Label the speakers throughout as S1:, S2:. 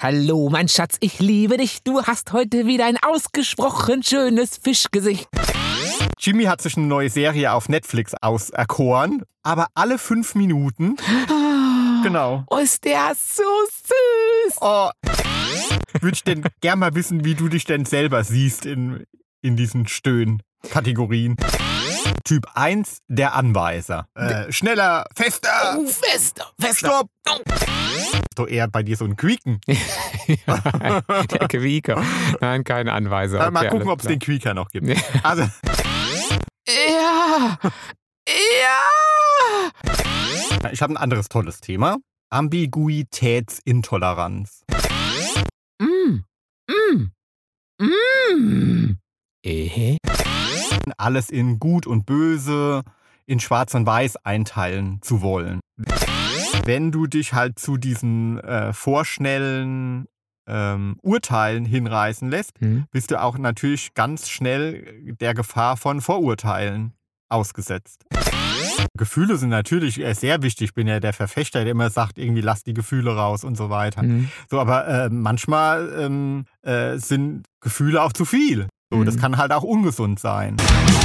S1: Hallo, mein Schatz, ich liebe dich. Du hast heute wieder ein ausgesprochen schönes Fischgesicht.
S2: Jimmy hat sich eine neue Serie auf Netflix auserkoren, aber alle 5 Minuten. Genau.
S1: Oh, ist der so süß.
S2: Oh, würde ich denn gern mal wissen, wie du dich denn selber siehst in diesen Stöhn-Kategorien. Typ 1, der Anweiser. Schneller, fester.
S1: Oh, fester.
S2: Stopp. So eher bei dir so ein Quieken.
S1: Der Quieker. Nein, kein Anweiser. Okay,
S2: mal gucken, ob es den Quieker noch gibt. Also.
S1: Ja.
S2: Ich habe ein anderes tolles Thema. Ambiguitätsintoleranz. Alles in Gut und Böse, in Schwarz und Weiß einteilen zu wollen. Wenn du dich halt zu diesen vorschnellen Urteilen hinreißen lässt, bist du auch natürlich ganz schnell der Gefahr von Vorurteilen ausgesetzt. Gefühle sind natürlich sehr wichtig. Ich bin ja der Verfechter, der immer sagt, irgendwie lass die Gefühle raus und so weiter. So, aber manchmal sind Gefühle auch zu viel. So, das kann halt auch ungesund sein.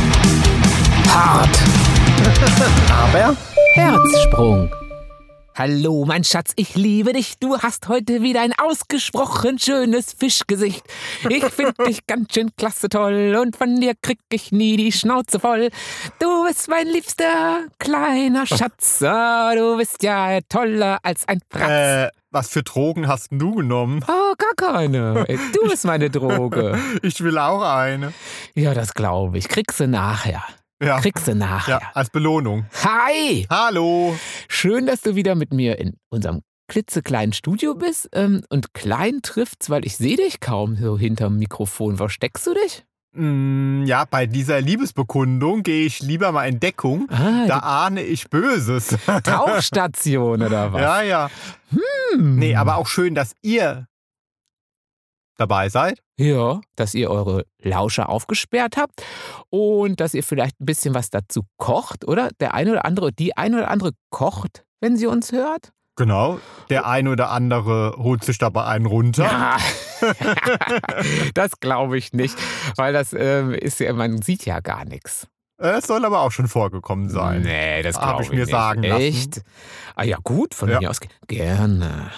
S1: Hart.
S2: Aber
S1: Herzsprung. Hallo, mein Schatz, ich liebe dich. Du hast heute wieder ein ausgesprochen schönes Fischgesicht. Ich finde dich ganz schön klasse toll und von dir krieg ich nie die Schnauze voll. Du bist mein liebster kleiner Schatz. Oh, du bist ja toller als ein Fratz.
S2: Was für Drogen hast du genommen?
S1: Oh, gar keine. Du bist meine Droge.
S2: Ich will auch eine.
S1: Ja, das glaube ich. Kriegst du nachher.
S2: Ja.
S1: Kriegst du nachher.
S2: Ja, als Belohnung.
S1: Hi!
S2: Hallo!
S1: Schön, dass du wieder mit mir in unserem klitzekleinen Studio bist. Und klein trifft's, weil ich sehe dich kaum so hinterm Mikrofon. Versteckst du dich?
S2: Ja, bei dieser Liebesbekundung gehe ich lieber mal in Deckung. Da ahne ich Böses.
S1: Tauchstation oder was?
S2: Ja. Nee, aber auch schön, dass ihr dabei seid.
S1: Ja, dass ihr eure Lauscher aufgesperrt habt und dass ihr vielleicht ein bisschen was dazu kocht, oder? Die eine oder andere kocht, wenn sie uns hört.
S2: Genau, der eine oder andere holt sich dabei einen runter.
S1: Ja. Das glaube ich nicht, weil das ist ja, man sieht ja gar nichts.
S2: Es soll aber auch schon vorgekommen sein.
S1: Nee, das glaube ich
S2: mir
S1: nicht.
S2: sagen lassen.
S1: Echt? Ah ja, gut, von mir aus. Gerne.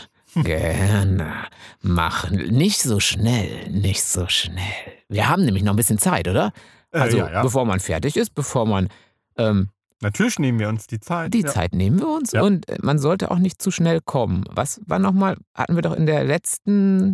S1: Machen. Nicht so schnell. Wir haben nämlich noch ein bisschen Zeit, oder? Also,
S2: ja.
S1: Bevor man fertig ist, bevor man...
S2: Natürlich nehmen wir uns die Zeit.
S1: Die Zeit nehmen wir uns und man sollte auch nicht zu schnell kommen. Was war nochmal, hatten wir doch in der letzten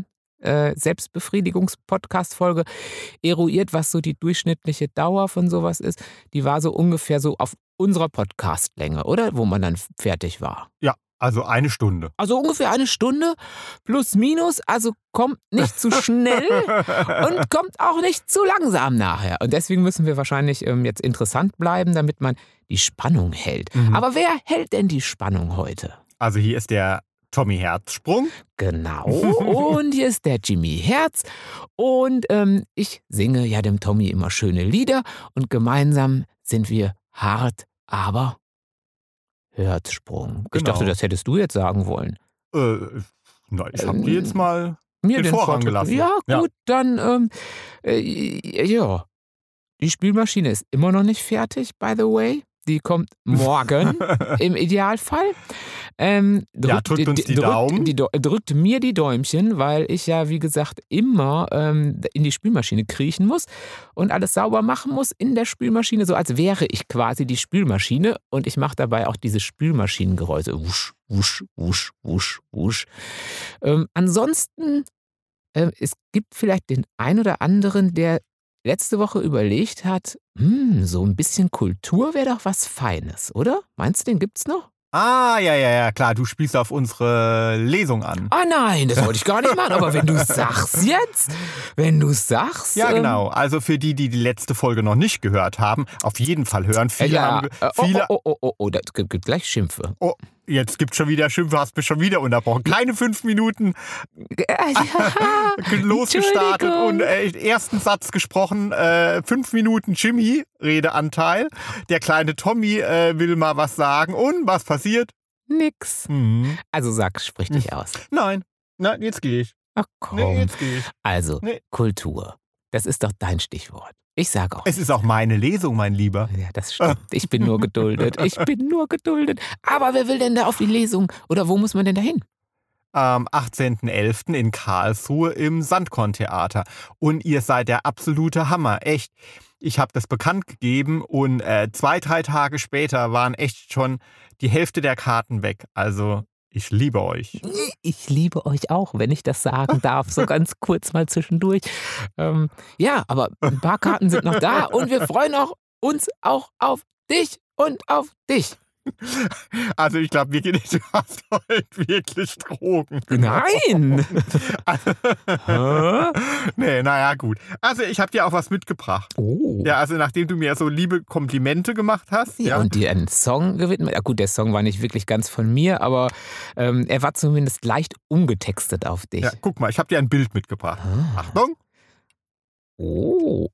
S1: Selbstbefriedigungs-Podcast-Folge eruiert, was so die durchschnittliche Dauer von sowas ist. Die war so ungefähr so auf unserer Podcastlänge, oder? Wo man dann fertig war.
S2: Ja, also 1 Stunde.
S1: Also ungefähr 1 Stunde plus minus, also kommt nicht zu schnell und kommt auch nicht zu langsam nachher. Und deswegen müssen wir wahrscheinlich jetzt interessant bleiben, damit man die Spannung hält. Aber wer hält denn die Spannung heute?
S2: Also hier ist der Tommy Herzsprung.
S1: Genau, und hier ist der Jimmy Herz und ich singe ja dem Tommy immer schöne Lieder und gemeinsam sind wir hart, aber Herzsprung.
S2: Genau.
S1: Ich dachte, das hättest du jetzt sagen wollen.
S2: Ich habe dir jetzt mal
S1: mir
S2: den Vorrang gelassen.
S1: Ja, gut, dann, ja. Die Spülmaschine ist immer noch nicht fertig, by the way. Die kommt morgen im Idealfall.
S2: Drückt uns die Daumen.
S1: Drückt mir die Däumchen, weil ich ja, wie gesagt, immer in die Spülmaschine kriechen muss und alles sauber machen muss in der Spülmaschine, so als wäre ich quasi die Spülmaschine. Und ich mache dabei auch diese Spülmaschinengeräusche. Wusch, wusch, wusch, wusch, wusch. Ansonsten, es gibt vielleicht den einen oder anderen, der letzte Woche überlegt hat, so ein bisschen Kultur wäre doch was Feines, oder? Meinst du, den gibt's noch?
S2: Ah, ja, klar, du spielst auf unsere Lesung an.
S1: Ah nein, das wollte ich gar nicht machen, aber wenn du sagst jetzt,
S2: Ja, genau, also für die letzte Folge noch nicht gehört haben, auf jeden Fall hören. Viele
S1: das gibt gleich Schimpfe.
S2: Oh, jetzt gibt's schon wieder Schimpfe, hast mich schon wieder unterbrochen. Kleine 5 Minuten losgestartet und ersten Satz gesprochen, 5 Minuten Jimmy, Redeanteil. Der kleine Tommy will mal was sagen und was passiert?
S1: Nix. Also sprich dich aus.
S2: Nein. Na, jetzt gehe ich.
S1: Ach
S2: Nee,
S1: komm.
S2: jetzt gehe ich.
S1: Also,
S2: Nee.
S1: Kultur. Das ist doch dein Stichwort. Ich sage auch
S2: Es ist auch meine Lesung, mein Lieber.
S1: Ja, das stimmt. Ich bin nur geduldet. Ich bin nur geduldet. Aber wer will denn da auf die Lesung? Oder wo muss man denn da hin?
S2: Am 18.11. in Karlsruhe im Sandkorn-Theater. Und ihr seid der absolute Hammer, echt. Ich habe das bekannt gegeben und 2-3 Tage später waren echt schon die Hälfte der Karten weg. Also, ich liebe euch.
S1: Ich liebe euch auch, wenn ich das sagen darf, so ganz kurz mal zwischendurch. Ja, aber ein paar Karten sind noch da und wir freuen uns auch auf dich und auf dich.
S2: Also, ich glaube, du hast heute wirklich Drogen.
S1: Nein!
S2: Also,
S1: Hä?
S2: nee, naja, gut. Also, ich habe dir auch was mitgebracht.
S1: Oh.
S2: Ja, also nachdem du mir so liebe Komplimente gemacht hast.
S1: Ja, und dir einen Song gewidmet. Ja, gut, der Song war nicht wirklich ganz von mir, aber er war zumindest leicht umgetextet auf dich.
S2: Ja, guck mal, ich habe dir ein Bild mitgebracht.
S1: Ah.
S2: Achtung.
S1: Oh,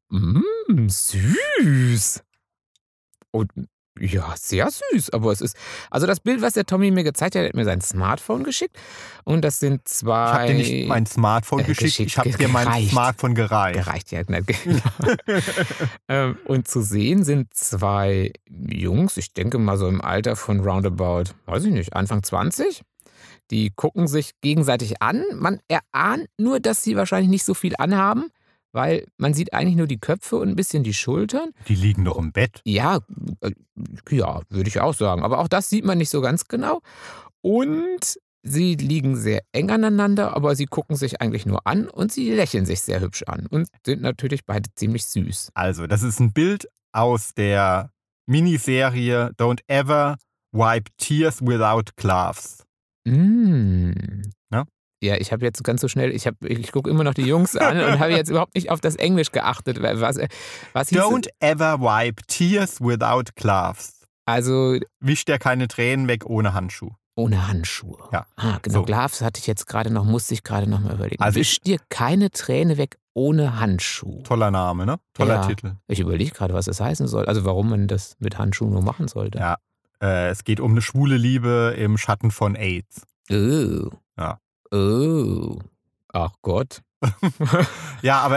S1: süß. Und ja, sehr süß. Aber es ist. Also das Bild, was der Tommy mir gezeigt hat, er hat mir sein Smartphone geschickt. Und das sind zwei.
S2: Ich habe dir nicht mein Smartphone geschickt, ich habe dir mein
S1: gereicht.
S2: Smartphone gereicht.
S1: Gereicht, ja, genau. Und zu sehen sind zwei Jungs, ich denke mal so im Alter von roundabout, weiß ich nicht, Anfang 20. Die gucken sich gegenseitig an. Man erahnt nur, dass sie wahrscheinlich nicht so viel anhaben, weil man sieht eigentlich nur die Köpfe und ein bisschen die Schultern.
S2: Die liegen doch im Bett.
S1: Ja, ja, würde ich auch sagen. Aber auch das sieht man nicht so ganz genau. Und sie liegen sehr eng aneinander, aber sie gucken sich eigentlich nur an und sie lächeln sich sehr hübsch an und sind natürlich beide ziemlich süß.
S2: Also, das ist ein Bild aus der Miniserie Don't Ever Wipe Tears Without Gloves.
S1: Ja, ich habe jetzt ganz so schnell, ich gucke immer noch die Jungs an und habe jetzt überhaupt nicht auf das Englisch geachtet. Was hieß
S2: Don't ever wipe tears without gloves.
S1: Also
S2: Wisch dir keine Tränen weg ohne Handschuh.
S1: ohne Handschuhe.
S2: Ja.
S1: Genau,
S2: So.
S1: Gloves hatte ich jetzt gerade noch, musste ich gerade noch mal überlegen.
S2: Also
S1: Wisch dir keine Träne weg ohne Handschuh.
S2: Toller Name, ne? Toller
S1: Ja.
S2: Titel.
S1: Ich überlege gerade, was das heißen soll. Also warum man das mit Handschuhen nur machen sollte.
S2: Ja. Es geht um eine schwule Liebe im Schatten von AIDS.
S1: Oh.
S2: Ja.
S1: Oh. Ach Gott.
S2: Ja, aber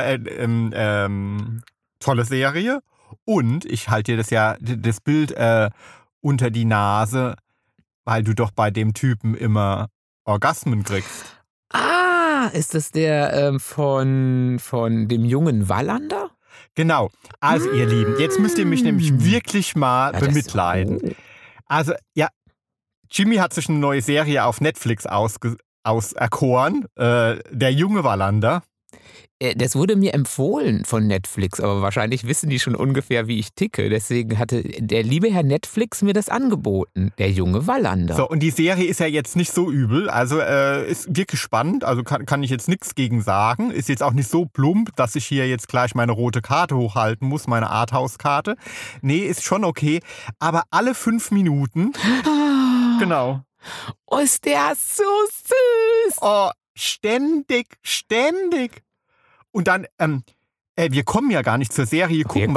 S2: tolle Serie. Und ich halte dir das Bild unter die Nase, weil du doch bei dem Typen immer Orgasmen kriegst.
S1: Ah, ist das der von dem jungen Wallander?
S2: Genau. Also, ihr Lieben, jetzt müsst ihr mich nämlich wirklich mal
S1: Ja, das-
S2: bemitleiden.
S1: Oh.
S2: Also, ja, Jimmy hat sich eine neue Serie auf Netflix auserkoren. Der junge Wallander.
S1: Das wurde mir empfohlen von Netflix, aber wahrscheinlich wissen die schon ungefähr, wie ich ticke. Deswegen hatte der liebe Herr Netflix mir das angeboten. Der junge Wallander.
S2: So, und die Serie ist ja jetzt nicht so übel. Also, ist wirklich spannend. Also, kann ich jetzt nichts gegen sagen. Ist jetzt auch nicht so plump, dass ich hier jetzt gleich meine rote Karte hochhalten muss, meine Arthouse-Karte. Nee, ist schon okay. Aber alle 5 Minuten. Genau.
S1: Oh, ist der so süß.
S2: Oh, ständig. Und dann, wir kommen ja gar nicht zur Serie gucken,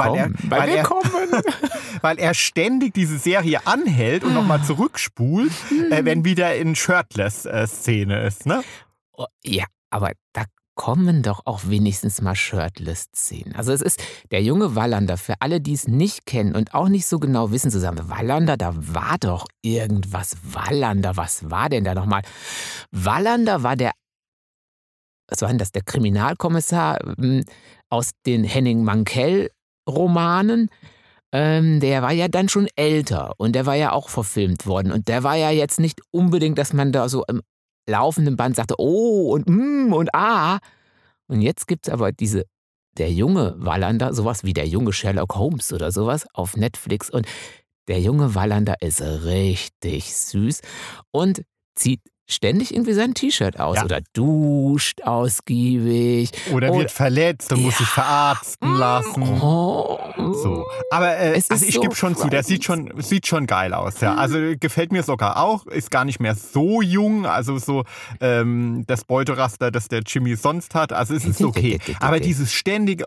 S2: weil er ständig diese Serie anhält und nochmal zurückspult, wenn wieder in Shirtless-Szene ist, ne?
S1: Oh, ja, aber da kommen doch auch wenigstens mal Shirtless-Szenen. Also es ist der junge Wallander, für alle, die es nicht kennen und auch nicht so genau wissen, zusammen, Wallander, da war doch irgendwas. Wallander, was war denn da nochmal? Wallander war was war denn das, der Kriminalkommissar aus den Henning Mankell-Romanen. Der war ja dann schon älter und der war ja auch verfilmt worden. Und der war ja jetzt nicht unbedingt, dass man da so im laufenden Band sagte, oh und und ah. Und jetzt gibt es aber der junge Wallander, sowas wie der junge Sherlock Holmes oder sowas auf Netflix. Und der junge Wallander ist richtig süß und zieht ständig irgendwie sein T-Shirt aus oder duscht ausgiebig.
S2: Oder wird verletzt und muss sich verarzten lassen.
S1: Oh.
S2: So. Aber also ich
S1: so
S2: gebe schon zu, der sieht schon geil aus. Ja. Also gefällt mir sogar auch. Ist gar nicht mehr so jung. Also so das Beuteraster, das der Jimmy sonst hat. Also es ist okay. Aber dieses ständige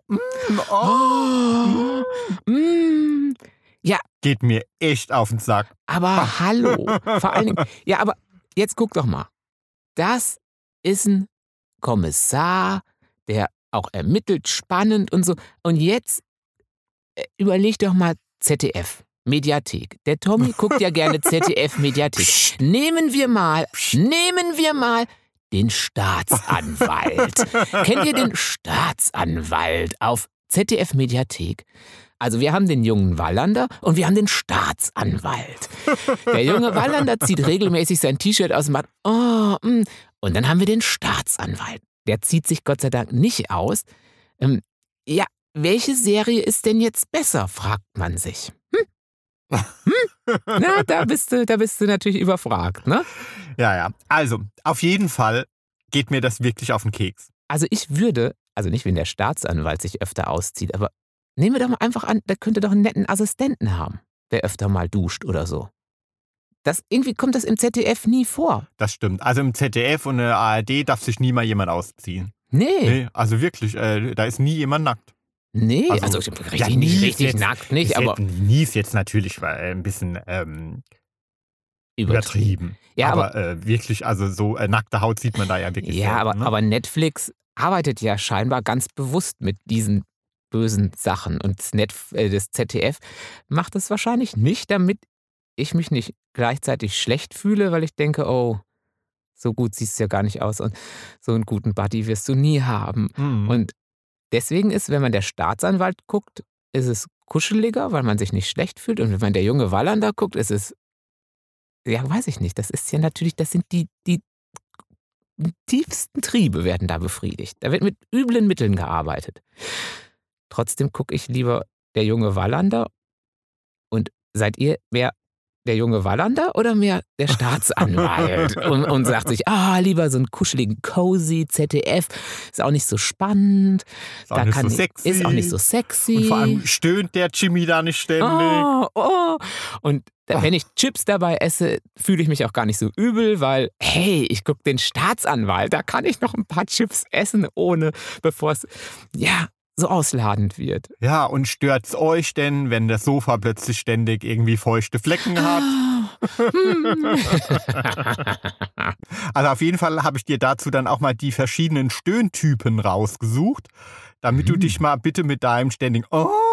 S1: ja.
S2: Geht mir echt auf den Sack.
S1: Aber hallo. Vor allen Dingen, ja, aber jetzt guck doch mal. Das ist ein Kommissar, der auch ermittelt, spannend und so. Und jetzt überleg doch mal ZDF, Mediathek. Der Tommy guckt ja gerne ZDF, Mediathek. Nehmen wir mal den Staatsanwalt. Kennt ihr den Staatsanwalt auf ZDF Mediathek? Also wir haben den jungen Wallander und wir haben den Staatsanwalt. Der junge Wallander zieht regelmäßig sein T-Shirt aus dem Bad. Und dann haben wir den Staatsanwalt. Der zieht sich Gott sei Dank nicht aus. Ja, welche Serie ist denn jetzt besser, fragt man sich. Na, da bist du natürlich überfragt, ne?
S2: Ja. Also, auf jeden Fall geht mir das wirklich auf den Keks.
S1: Also ich würde, also nicht, wenn der Staatsanwalt sich öfter auszieht, aber nehmen wir doch mal einfach an, der könnte doch einen netten Assistenten haben, der öfter mal duscht oder so. Irgendwie kommt das im ZDF nie vor.
S2: Das stimmt. Also im ZDF und in der ARD darf sich nie mal jemand ausziehen.
S1: Nee.
S2: Also wirklich, da ist nie jemand nackt.
S1: Nee, also richtig nackt nicht, aber...
S2: Nie ist jetzt natürlich ein bisschen übertrieben.
S1: Ja,
S2: aber wirklich, also so nackte Haut sieht man da ja wirklich
S1: ja,
S2: selten, ne?
S1: aber Netflix arbeitet ja scheinbar ganz bewusst mit diesen bösen Sachen. Und das ZDF macht es wahrscheinlich nicht, damit ich mich nicht gleichzeitig schlecht fühle, weil ich denke, oh, so gut siehst du ja gar nicht aus und so einen guten Buddy wirst du nie haben.
S2: Mhm.
S1: Und deswegen ist, wenn man der Staatsanwalt guckt, ist es kuscheliger, weil man sich nicht schlecht fühlt. Und wenn man der junge Wallander guckt, ist es, ja, weiß ich nicht, das ist ja natürlich, das sind die tiefsten Triebe werden da befriedigt. Da wird mit üblen Mitteln gearbeitet. Trotzdem gucke ich lieber der junge Wallander. Und seid ihr mehr der junge Wallander oder mehr der Staatsanwalt? und sagt sich, lieber so einen kuscheligen Cozy ZDF, ist auch nicht so spannend.
S2: Ist auch nicht so sexy. Und vor allem stöhnt der Jimmy da nicht ständig.
S1: Und wenn ich Chips dabei esse, fühle ich mich auch gar nicht so übel, weil, hey, ich gucke den Staatsanwalt, da kann ich noch ein paar Chips essen, bevor es, so ausladend wird.
S2: Ja, und stört's euch denn, wenn das Sofa plötzlich ständig irgendwie feuchte Flecken hat? Also auf jeden Fall habe ich dir dazu dann auch mal die verschiedenen Stöhntypen rausgesucht, damit du dich mal bitte mit deinem ständigen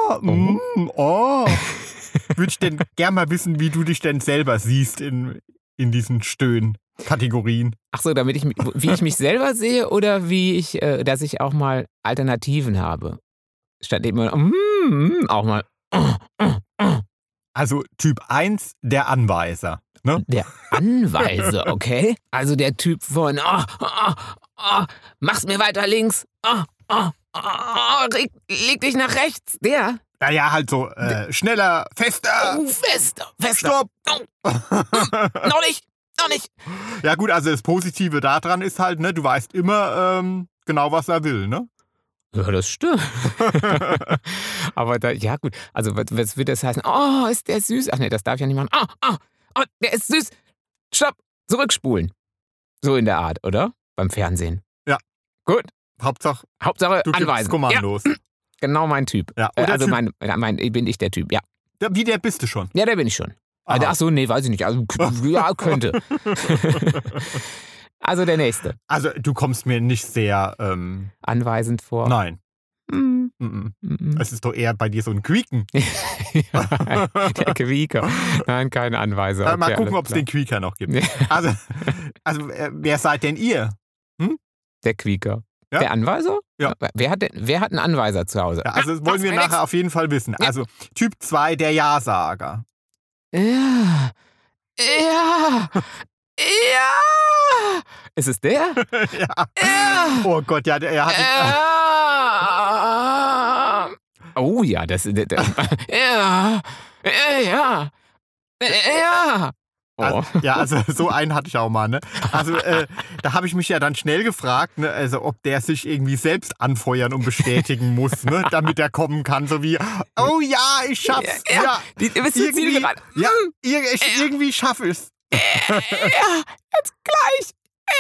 S2: würde ich denn gern mal wissen, wie du dich denn selber siehst in diesen Stöhnkategorien.
S1: Ach so, wie ich mich selber sehe oder dass ich auch mal Alternativen habe. Statt immer auch mal.
S2: Also Typ 1, der Anweiser. Ne?
S1: Der Anweiser, okay? Also der Typ von mach's mir weiter links. Leg dich nach rechts. Der.
S2: Ja, halt so schneller, fester.
S1: Fester.
S2: Stopp.
S1: Noch nicht.
S2: Ja gut, also das Positive daran ist halt, ne, du weißt immer genau, was er will, ne?
S1: Ja, das stimmt. Aber ja gut, also was wird das heißen? Oh, ist der süß? Ach nee, das darf ich ja nicht machen. Der ist süß. Stopp, zurückspulen. So in der Art, oder? Beim Fernsehen.
S2: Ja.
S1: Gut.
S2: Hauptsache
S1: du
S2: anweisen. Kommandos.
S1: Ja. Genau mein Typ.
S2: Ja.
S1: Also bin ich der Typ, ja.
S2: Wie der bist du schon?
S1: Ja, der bin ich schon. Ach so, nee, weiß ich nicht. Also, ja, könnte. Also der nächste.
S2: Also du kommst mir nicht sehr
S1: anweisend vor.
S2: Nein. Es ist doch eher bei dir so ein Quieken.
S1: Der Quieker. Nein, kein Anweiser. Okay,
S2: mal gucken, ob es den Quieker noch gibt. Also wer seid denn ihr?
S1: Der Quieker.
S2: Ja?
S1: Der Anweiser?
S2: Ja.
S1: Wer hat einen Anweiser zu Hause?
S2: Ja, also das wollen wir nachher auf jeden Fall wissen. Also Typ 2, der Ja-Sager.
S1: Ja. Ist es der?
S2: Ja. Oh Gott, ja, er hat...
S1: Oh ja, das... Ja. Oh.
S2: Also so einen hatte ich auch mal, ne? Also da habe ich mich ja dann schnell gefragt, ne? Also ob der sich irgendwie selbst anfeuern und bestätigen muss, ne? Damit er kommen kann, so wie, oh ja, ich schaff's. Ja, irgendwie schaffe ich's.
S1: Jetzt gleich.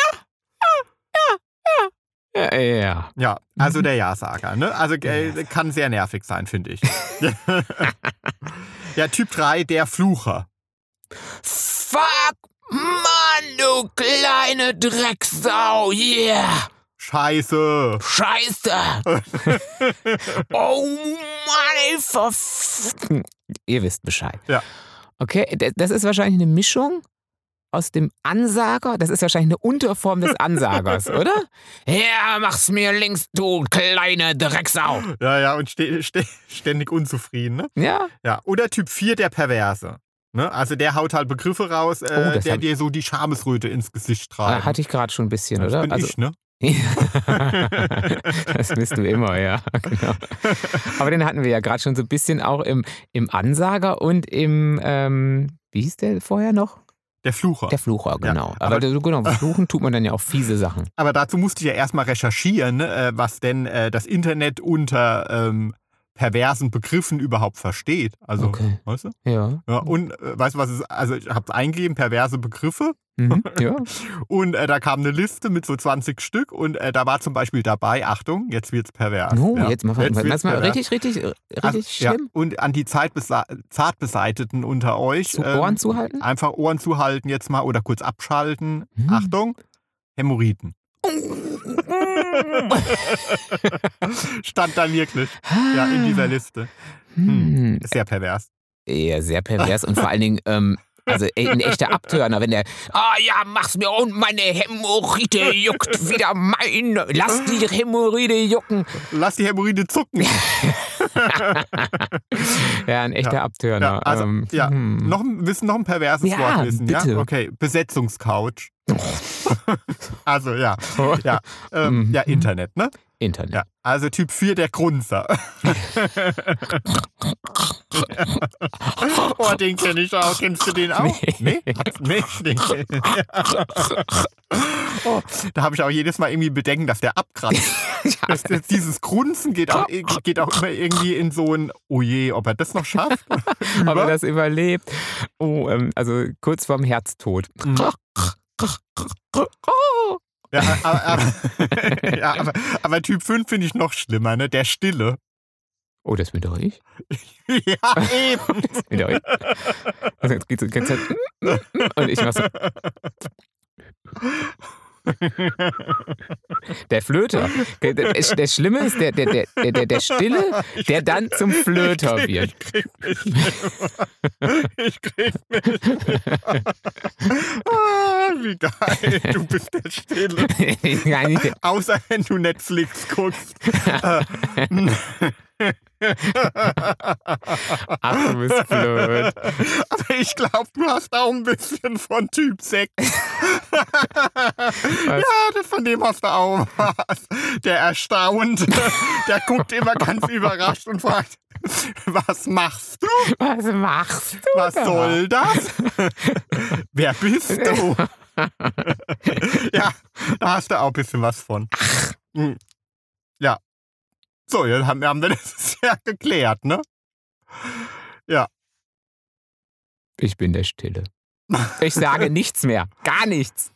S1: Ja.
S2: Ja, also der Ja-Sager, ne? Also kann sehr nervig sein, finde ich. Ja, Typ 3, der Flucher.
S1: Fuck Mann, du kleine Drecksau, yeah!
S2: Scheiße!
S1: Scheiße! Oh Mann, ey, ihr wisst Bescheid.
S2: Ja.
S1: Okay, das ist wahrscheinlich eine Mischung aus dem Ansager. Das ist wahrscheinlich eine Unterform des Ansagers, oder? Ja, mach's mir links, du kleine Drecksau.
S2: Ja, und ständig unzufrieden, ne?
S1: Ja.
S2: Ja, oder Typ 4, der Perverse. Ne? Also der haut halt Begriffe raus, der dir so die Schamesröte ins Gesicht treibt.
S1: Hatte ich gerade schon ein bisschen,
S2: das
S1: oder?
S2: bin ich, ne?
S1: Das bist du immer, ja. Genau. Aber den hatten wir ja gerade schon so ein bisschen auch im Ansager und im, wie hieß der vorher noch?
S2: Der Flucher.
S1: Der Flucher, genau.
S2: Ja,
S1: aber genau, fluchen tut man dann ja auch fiese Sachen.
S2: Aber dazu musste ich ja erstmal recherchieren, ne, was denn das Internet unter perversen Begriffen überhaupt versteht. Also,
S1: okay.
S2: Weißt du?
S1: Ja.
S2: Und weißt du, was es ist? Also, ich habe es eingegeben, perverse Begriffe.
S1: Ja.
S2: Und da kam eine Liste mit so 20 Stück und da war zum Beispiel dabei, Achtung, jetzt wird's pervers.
S1: Oh,
S2: ja.
S1: jetzt mal richtig
S2: Also,
S1: schlimm.
S2: Ja, und an die Zartbeseiteten unter euch.
S1: Ohren zuhalten?
S2: Einfach Ohren zuhalten jetzt mal oder kurz abschalten. Achtung, Hämorrhoiden. Stand da wirklich. Ja, in dieser Liste. Sehr pervers.
S1: Ja, sehr pervers und vor allen Dingen, also ein echter Abtörner, wenn der, ja, mach's mir und meine Hämorrhoide juckt wieder lass die Hämorrhoide jucken.
S2: Lass die Hämorrhoide zucken.
S1: Ja, ein echter Abtörner.
S2: Ja, also, willst du noch ein perverses Wort wissen?
S1: Bitte.
S2: Ja, okay. Besetzungscouch. Also, ja, Internet, ne?
S1: Internet.
S2: Ja, also Typ 4, der Grunzer. Oh, den kenne ich auch. Kennst du den auch? Nee? Nee, den kenn ich. Oh, da habe ich auch jedes Mal irgendwie Bedenken, dass der abkratzt. Dieses Grunzen geht auch immer irgendwie in so ein, oh je, ob er das noch schafft.
S1: Ob er das überlebt. Oh, also kurz vorm Herztod.
S2: Aber Typ 5 finde ich noch schlimmer, ne? Der Stille.
S1: Oh, das bin doch ich.
S2: Ja, eben.
S1: Das bin doch ich. Also jetzt geht's so die ganze Zeit. Und ich mach so. Der Flöter. Das Schlimme ist der Stille, der dann zum Flöter wird.
S2: Ich krieg mich. Wie geil. Du bist der Stille. Außer wenn du Netflix guckst.
S1: Ach, du bist blöd.
S2: Aber ich glaube, du hast auch ein bisschen von Typ 6. Ja, von dem hast du auch was. Der erstaunt. Der guckt immer ganz überrascht und fragt, was machst du?
S1: Was machst du?
S2: Was soll das? Wer bist du? Ja, da hast du auch ein bisschen was von. Ja. So, jetzt haben wir das ja geklärt, ne? Ja.
S1: Ich bin der Stille. Ich sage nichts mehr. Gar nichts.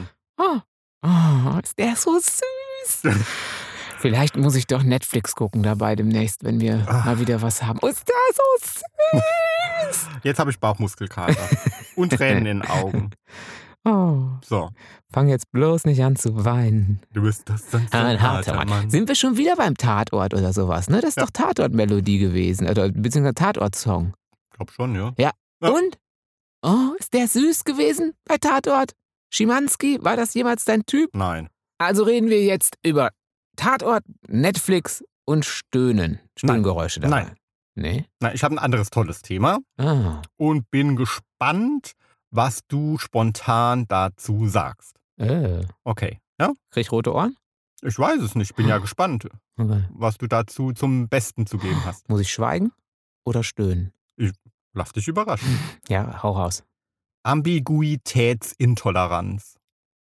S1: Ist der so süß. Vielleicht muss ich doch Netflix gucken dabei demnächst, wenn wir mal wieder was haben. Oh, ist der so süß.
S2: Jetzt habe ich Bauchmuskelkater und Tränen in den Augen.
S1: Oh.
S2: So.
S1: Fang jetzt bloß nicht an zu weinen.
S2: Du bist das dann so
S1: ein harter Mann. Sind wir schon wieder beim Tatort oder sowas, ne? Das ist doch Tatort-Melodie gewesen, oder beziehungsweise Tatort-Song.
S2: Ich glaube schon, ja.
S1: Ja. Und? Oh, ist der süß gewesen bei Tatort? Schimanski, war das jemals dein Typ?
S2: Nein.
S1: Also reden wir jetzt über Tatort, Netflix und Stöhnen. Stöhngeräusche dabei.
S2: Nein.
S1: Nee?
S2: Nein, ich habe ein anderes tolles Thema und bin gespannt, was du spontan dazu sagst. Okay, ja?
S1: Krieg ich rote Ohren?
S2: Ich weiß es nicht, bin ja gespannt, was du dazu zum Besten zu geben hast.
S1: Muss ich schweigen oder stöhnen?
S2: Lass dich überraschen.
S1: Ja, hau raus.
S2: Ambiguitätsintoleranz.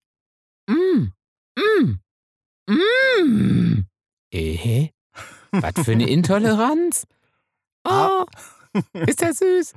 S1: Was für eine Intoleranz? Oh, ist das süß?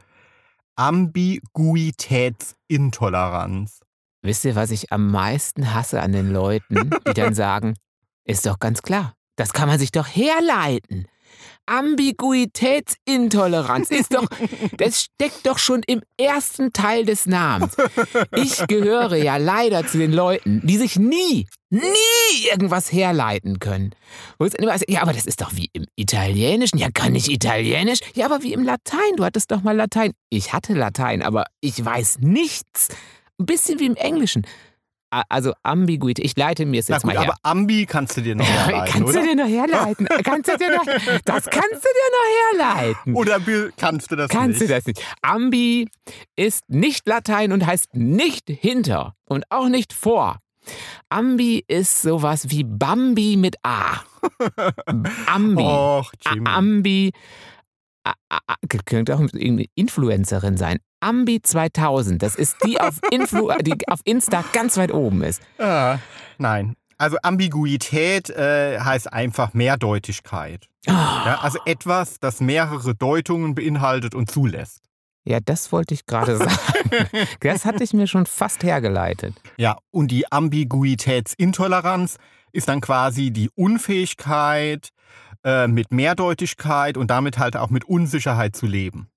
S2: Ambiguitätsintoleranz.
S1: Wisst ihr, was ich am meisten hasse an den Leuten, die dann sagen, ist doch ganz klar, das kann man sich doch herleiten. Ambiguitätsintoleranz das steckt doch schon im ersten Teil des Namens. Ich gehöre ja leider zu den Leuten, die sich nie irgendwas herleiten können. Wo es immer heißt, ja, aber das ist doch wie im Italienischen. Ja, kann ich Italienisch? Ja, aber wie im Latein. Du hattest doch mal Latein. Ich hatte Latein, aber ich weiß nichts. Ein bisschen wie im Englischen. Also Ambiguität, ich leite mir es jetzt mal her.
S2: Aber Ambi kannst du dir noch herleiten,
S1: kannst
S2: oder?
S1: du dir noch herleiten? Das kannst du dir noch herleiten.
S2: Oder kannst du das nicht?
S1: Kannst du das nicht. Ambi ist nicht Latein und heißt nicht hinter und auch nicht vor. Ambi ist sowas wie Bambi mit A. Ambi.
S2: Och, Jimmy.
S1: Ambi. Könnte auch irgendeine Influencerin sein. Ambi 2000, das ist die auf Insta ganz weit oben ist.
S2: Nein. Also Ambiguität heißt einfach Mehrdeutigkeit. Ja, also etwas, das mehrere Deutungen beinhaltet und zulässt.
S1: Ja, das wollte ich gerade sagen. Das hatte ich mir schon fast hergeleitet.
S2: Ja, und die Ambiguitätsintoleranz ist dann quasi die Unfähigkeit, mit Mehrdeutigkeit und damit halt auch mit Unsicherheit zu leben.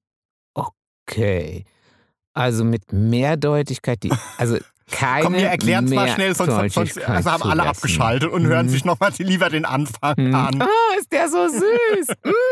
S1: Okay. Also mit Mehrdeutigkeit, keine
S2: Komm, wir erklären es mal schnell, sonst haben alle abgeschaltet und hören sich nochmal lieber den Anfang an.
S1: Oh, ist der so süß.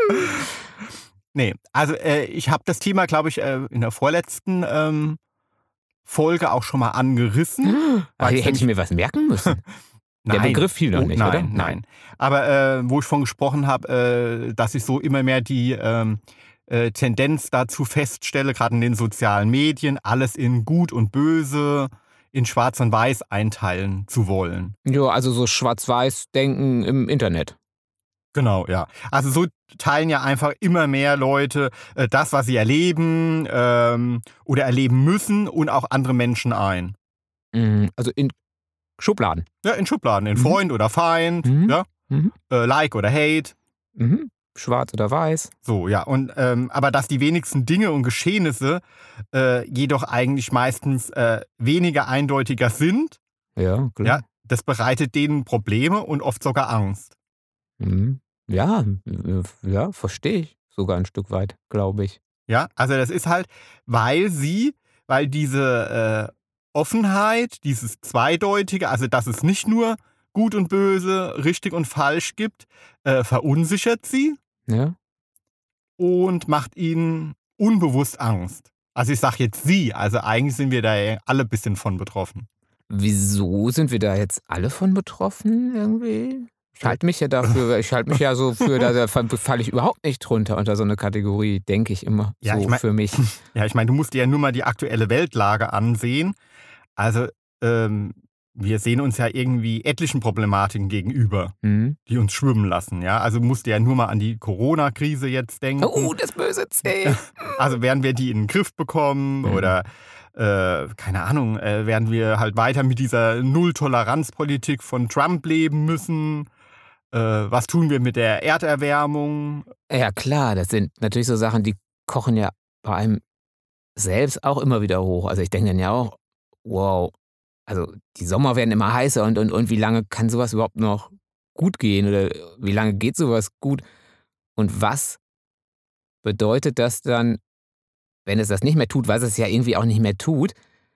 S2: Nee, also ich habe das Thema, glaube ich, in der vorletzten Folge auch schon mal angerissen.
S1: Hätte ich mir was merken müssen. Der Begriff fiel noch nicht, oder?
S2: Nein. Aber wo ich von gesprochen habe, dass ich so immer mehr die Tendenz dazu feststelle, gerade in den sozialen Medien, alles in Gut und Böse, in Schwarz und Weiß einteilen zu wollen.
S1: Ja, also so Schwarz-Weiß-Denken im Internet.
S2: Genau, ja. Also so teilen ja einfach immer mehr Leute das, was sie erleben oder erleben müssen und auch andere Menschen ein.
S1: Also in Schubladen.
S2: Ja, in Schubladen, in Freund oder Feind, ja, Like oder Hate.
S1: Schwarz oder weiß.
S2: So, ja. Und aber dass die wenigsten Dinge und Geschehnisse jedoch eigentlich meistens weniger eindeutiger sind,
S1: ja, klar.
S2: Ja, das bereitet denen Probleme und oft sogar Angst.
S1: Ja, verstehe ich sogar ein Stück weit, glaube ich.
S2: Ja, also das ist halt, weil diese Offenheit, dieses Zweideutige, also dass es nicht nur Gut und Böse, richtig und falsch gibt, verunsichert sie.
S1: Ja.
S2: Und macht ihnen unbewusst Angst. Also ich sage jetzt sie, also eigentlich sind wir da alle ein bisschen von betroffen.
S1: Wieso sind wir da jetzt alle von betroffen irgendwie? Ich halte mich ja so für, da falle ich überhaupt nicht drunter unter so eine Kategorie, denke ich immer für mich.
S2: Ja, ich meine, du musst dir ja nur mal die aktuelle Weltlage ansehen. Also wir sehen uns ja irgendwie etlichen Problematiken gegenüber, die uns schwimmen lassen. Ja? Also musst du ja nur mal an die Corona-Krise jetzt denken.
S1: Oh, das böse C.
S2: Also werden wir die in den Griff bekommen oder keine Ahnung, werden wir halt weiter mit dieser Null-Toleranz-Politik von Trump leben müssen? Was tun wir mit der Erderwärmung?
S1: Ja klar, das sind natürlich so Sachen, die kochen ja bei einem selbst auch immer wieder hoch. Also ich denke dann ja auch, wow, also die Sommer werden immer heißer und wie lange kann sowas überhaupt noch gut gehen oder wie lange geht sowas gut? Und was bedeutet das dann, wenn es das nicht mehr tut, was es ja irgendwie auch nicht mehr tut?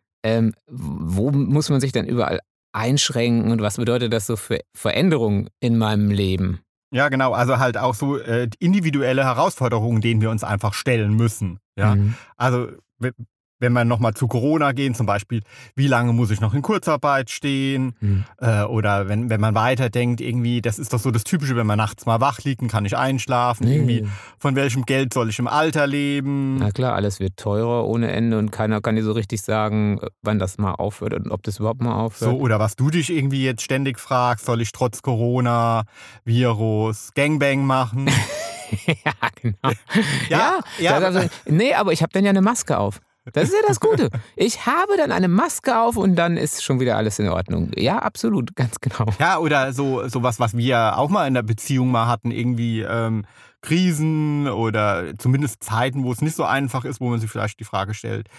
S1: Wo muss man sich dann überall einschränken und was bedeutet das so für Veränderungen in meinem Leben?
S2: Ja, genau, also halt auch so individuelle Herausforderungen, denen wir uns einfach stellen müssen. Ja? Also wenn wir nochmal zu Corona gehen, zum Beispiel, wie lange muss ich noch in Kurzarbeit stehen? Oder wenn man weiterdenkt, irgendwie, das ist doch so das Typische, wenn man nachts mal wach liegt, kann ich einschlafen. Irgendwie, von welchem Geld soll ich im Alter leben?
S1: Na klar, alles wird teurer ohne Ende und keiner kann dir so richtig sagen, wann das mal aufhört und ob das überhaupt mal aufhört.
S2: So, oder was du dich irgendwie jetzt ständig fragst, soll ich trotz Corona, Virus, Gangbang machen?
S1: Ja, genau. Nee, aber ich habe dann ja eine Maske auf. Das ist ja das Gute. Ich habe dann eine Maske auf und dann ist schon wieder alles in Ordnung. Ja, absolut, ganz genau.
S2: Ja, oder sowas, was wir auch mal in der Beziehung mal hatten, irgendwie Krisen oder zumindest Zeiten, wo es nicht so einfach ist, wo man sich vielleicht die Frage stellt,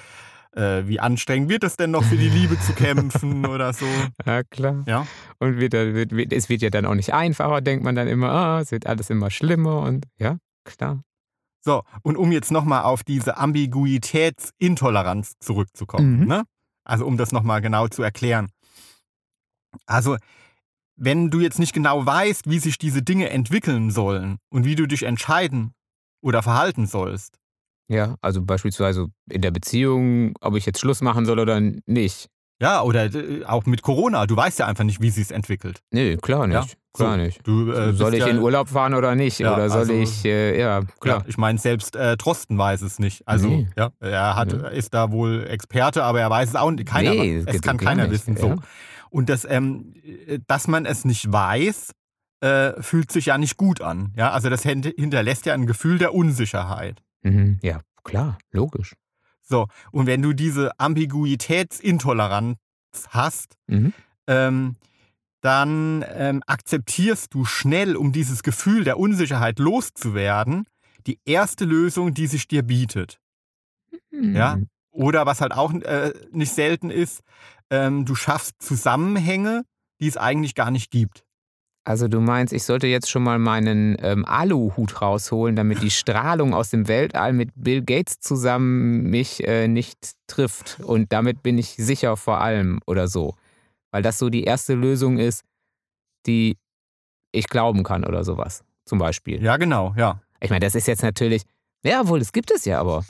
S2: wie anstrengend wird es denn noch für die Liebe zu kämpfen oder so.
S1: Ja, klar.
S2: Ja.
S1: Und es wird ja dann auch nicht einfacher, denkt man dann immer, es wird alles immer schlimmer und ja, klar.
S2: So, und um jetzt nochmal auf diese Ambiguitätsintoleranz zurückzukommen,
S1: Mhm.
S2: ne? Also um das nochmal genau zu erklären. Also, wenn du jetzt nicht genau weißt, wie sich diese Dinge entwickeln sollen und wie du dich entscheiden oder verhalten sollst.
S1: Ja, also beispielsweise in der Beziehung, ob ich jetzt Schluss machen soll oder nicht.
S2: Ja, oder auch mit Corona. Du weißt ja einfach nicht, wie sich's entwickelt.
S1: Nee, klar
S2: Ja,
S1: nicht.
S2: so.
S1: Klar nicht.
S2: Du
S1: Soll
S2: bist
S1: ich
S2: ja,
S1: in Urlaub fahren oder nicht?
S2: ja,
S1: Oder soll
S2: also,
S1: ich, ja,
S2: ja,
S1: klar.
S2: ich meine, selbst Drosten weiß es nicht. Also,
S1: Nee.
S2: ja,
S1: Ja.
S2: ist da wohl Experte, aber er weiß es auch nicht. Keiner,
S1: Nee,
S2: es
S1: geht
S2: kann
S1: gar
S2: keiner
S1: nicht.
S2: wissen. So.
S1: Ja.
S2: Und dass man es nicht weiß, fühlt sich ja nicht gut an. Ja, also das hinterlässt ja ein Gefühl der Unsicherheit.
S1: Mhm. Ja, klar, logisch.
S2: So, und wenn du diese Ambiguitätsintoleranz hast,
S1: Mhm.
S2: dann akzeptierst du schnell, um dieses Gefühl der Unsicherheit loszuwerden, die erste Lösung, die sich dir bietet. Ja?
S1: Mhm.
S2: Oder was halt auch nicht selten ist, du schaffst Zusammenhänge, die es eigentlich gar nicht gibt.
S1: Also du meinst, ich sollte jetzt schon mal meinen Aluhut rausholen, damit die Strahlung aus dem Weltall mit Bill Gates zusammen mich nicht trifft. Und damit bin ich sicher vor allem oder so. Weil das so die erste Lösung ist, die ich glauben kann oder sowas. Zum Beispiel.
S2: Ja, genau, ja.
S1: Ich meine, das ist jetzt natürlich, ja, wohl, das gibt es ja, aber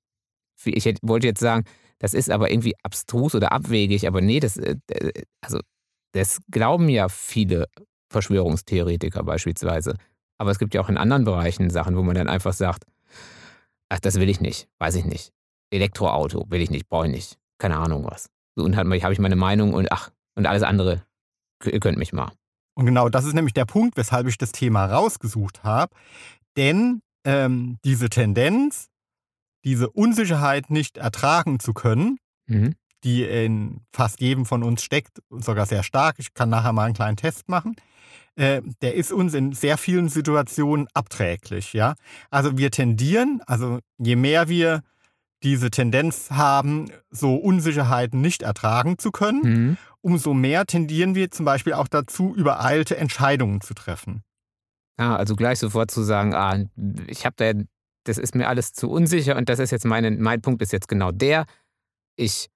S1: wollte jetzt sagen, das ist aber irgendwie abstrus oder abwegig, aber nee, also das glauben ja viele Verschwörungstheoretiker beispielsweise. Aber es gibt ja auch in anderen Bereichen Sachen, wo man dann einfach sagt, ach, das will ich nicht, weiß ich nicht. Elektroauto will ich nicht, brauche ich nicht. Keine Ahnung was. So, und habe ich meine Meinung und und alles andere, ihr könnt mich mal.
S2: Und genau das ist nämlich der Punkt, weshalb ich das Thema rausgesucht habe. Denn diese Tendenz, diese Unsicherheit nicht ertragen zu können,
S1: Mhm.
S2: die in fast jedem von uns steckt, sogar sehr stark, ich kann nachher mal einen kleinen Test machen, der ist uns in sehr vielen Situationen abträglich. Ja? Also wir tendieren, also je mehr wir diese Tendenz haben, so Unsicherheiten nicht ertragen zu können,
S1: Mhm.
S2: umso mehr tendieren wir zum Beispiel auch dazu, übereilte Entscheidungen zu treffen.
S1: Ah, also gleich sofort zu sagen, ich habe das ist mir alles zu unsicher und das ist jetzt mein Punkt ist jetzt genau der. Ich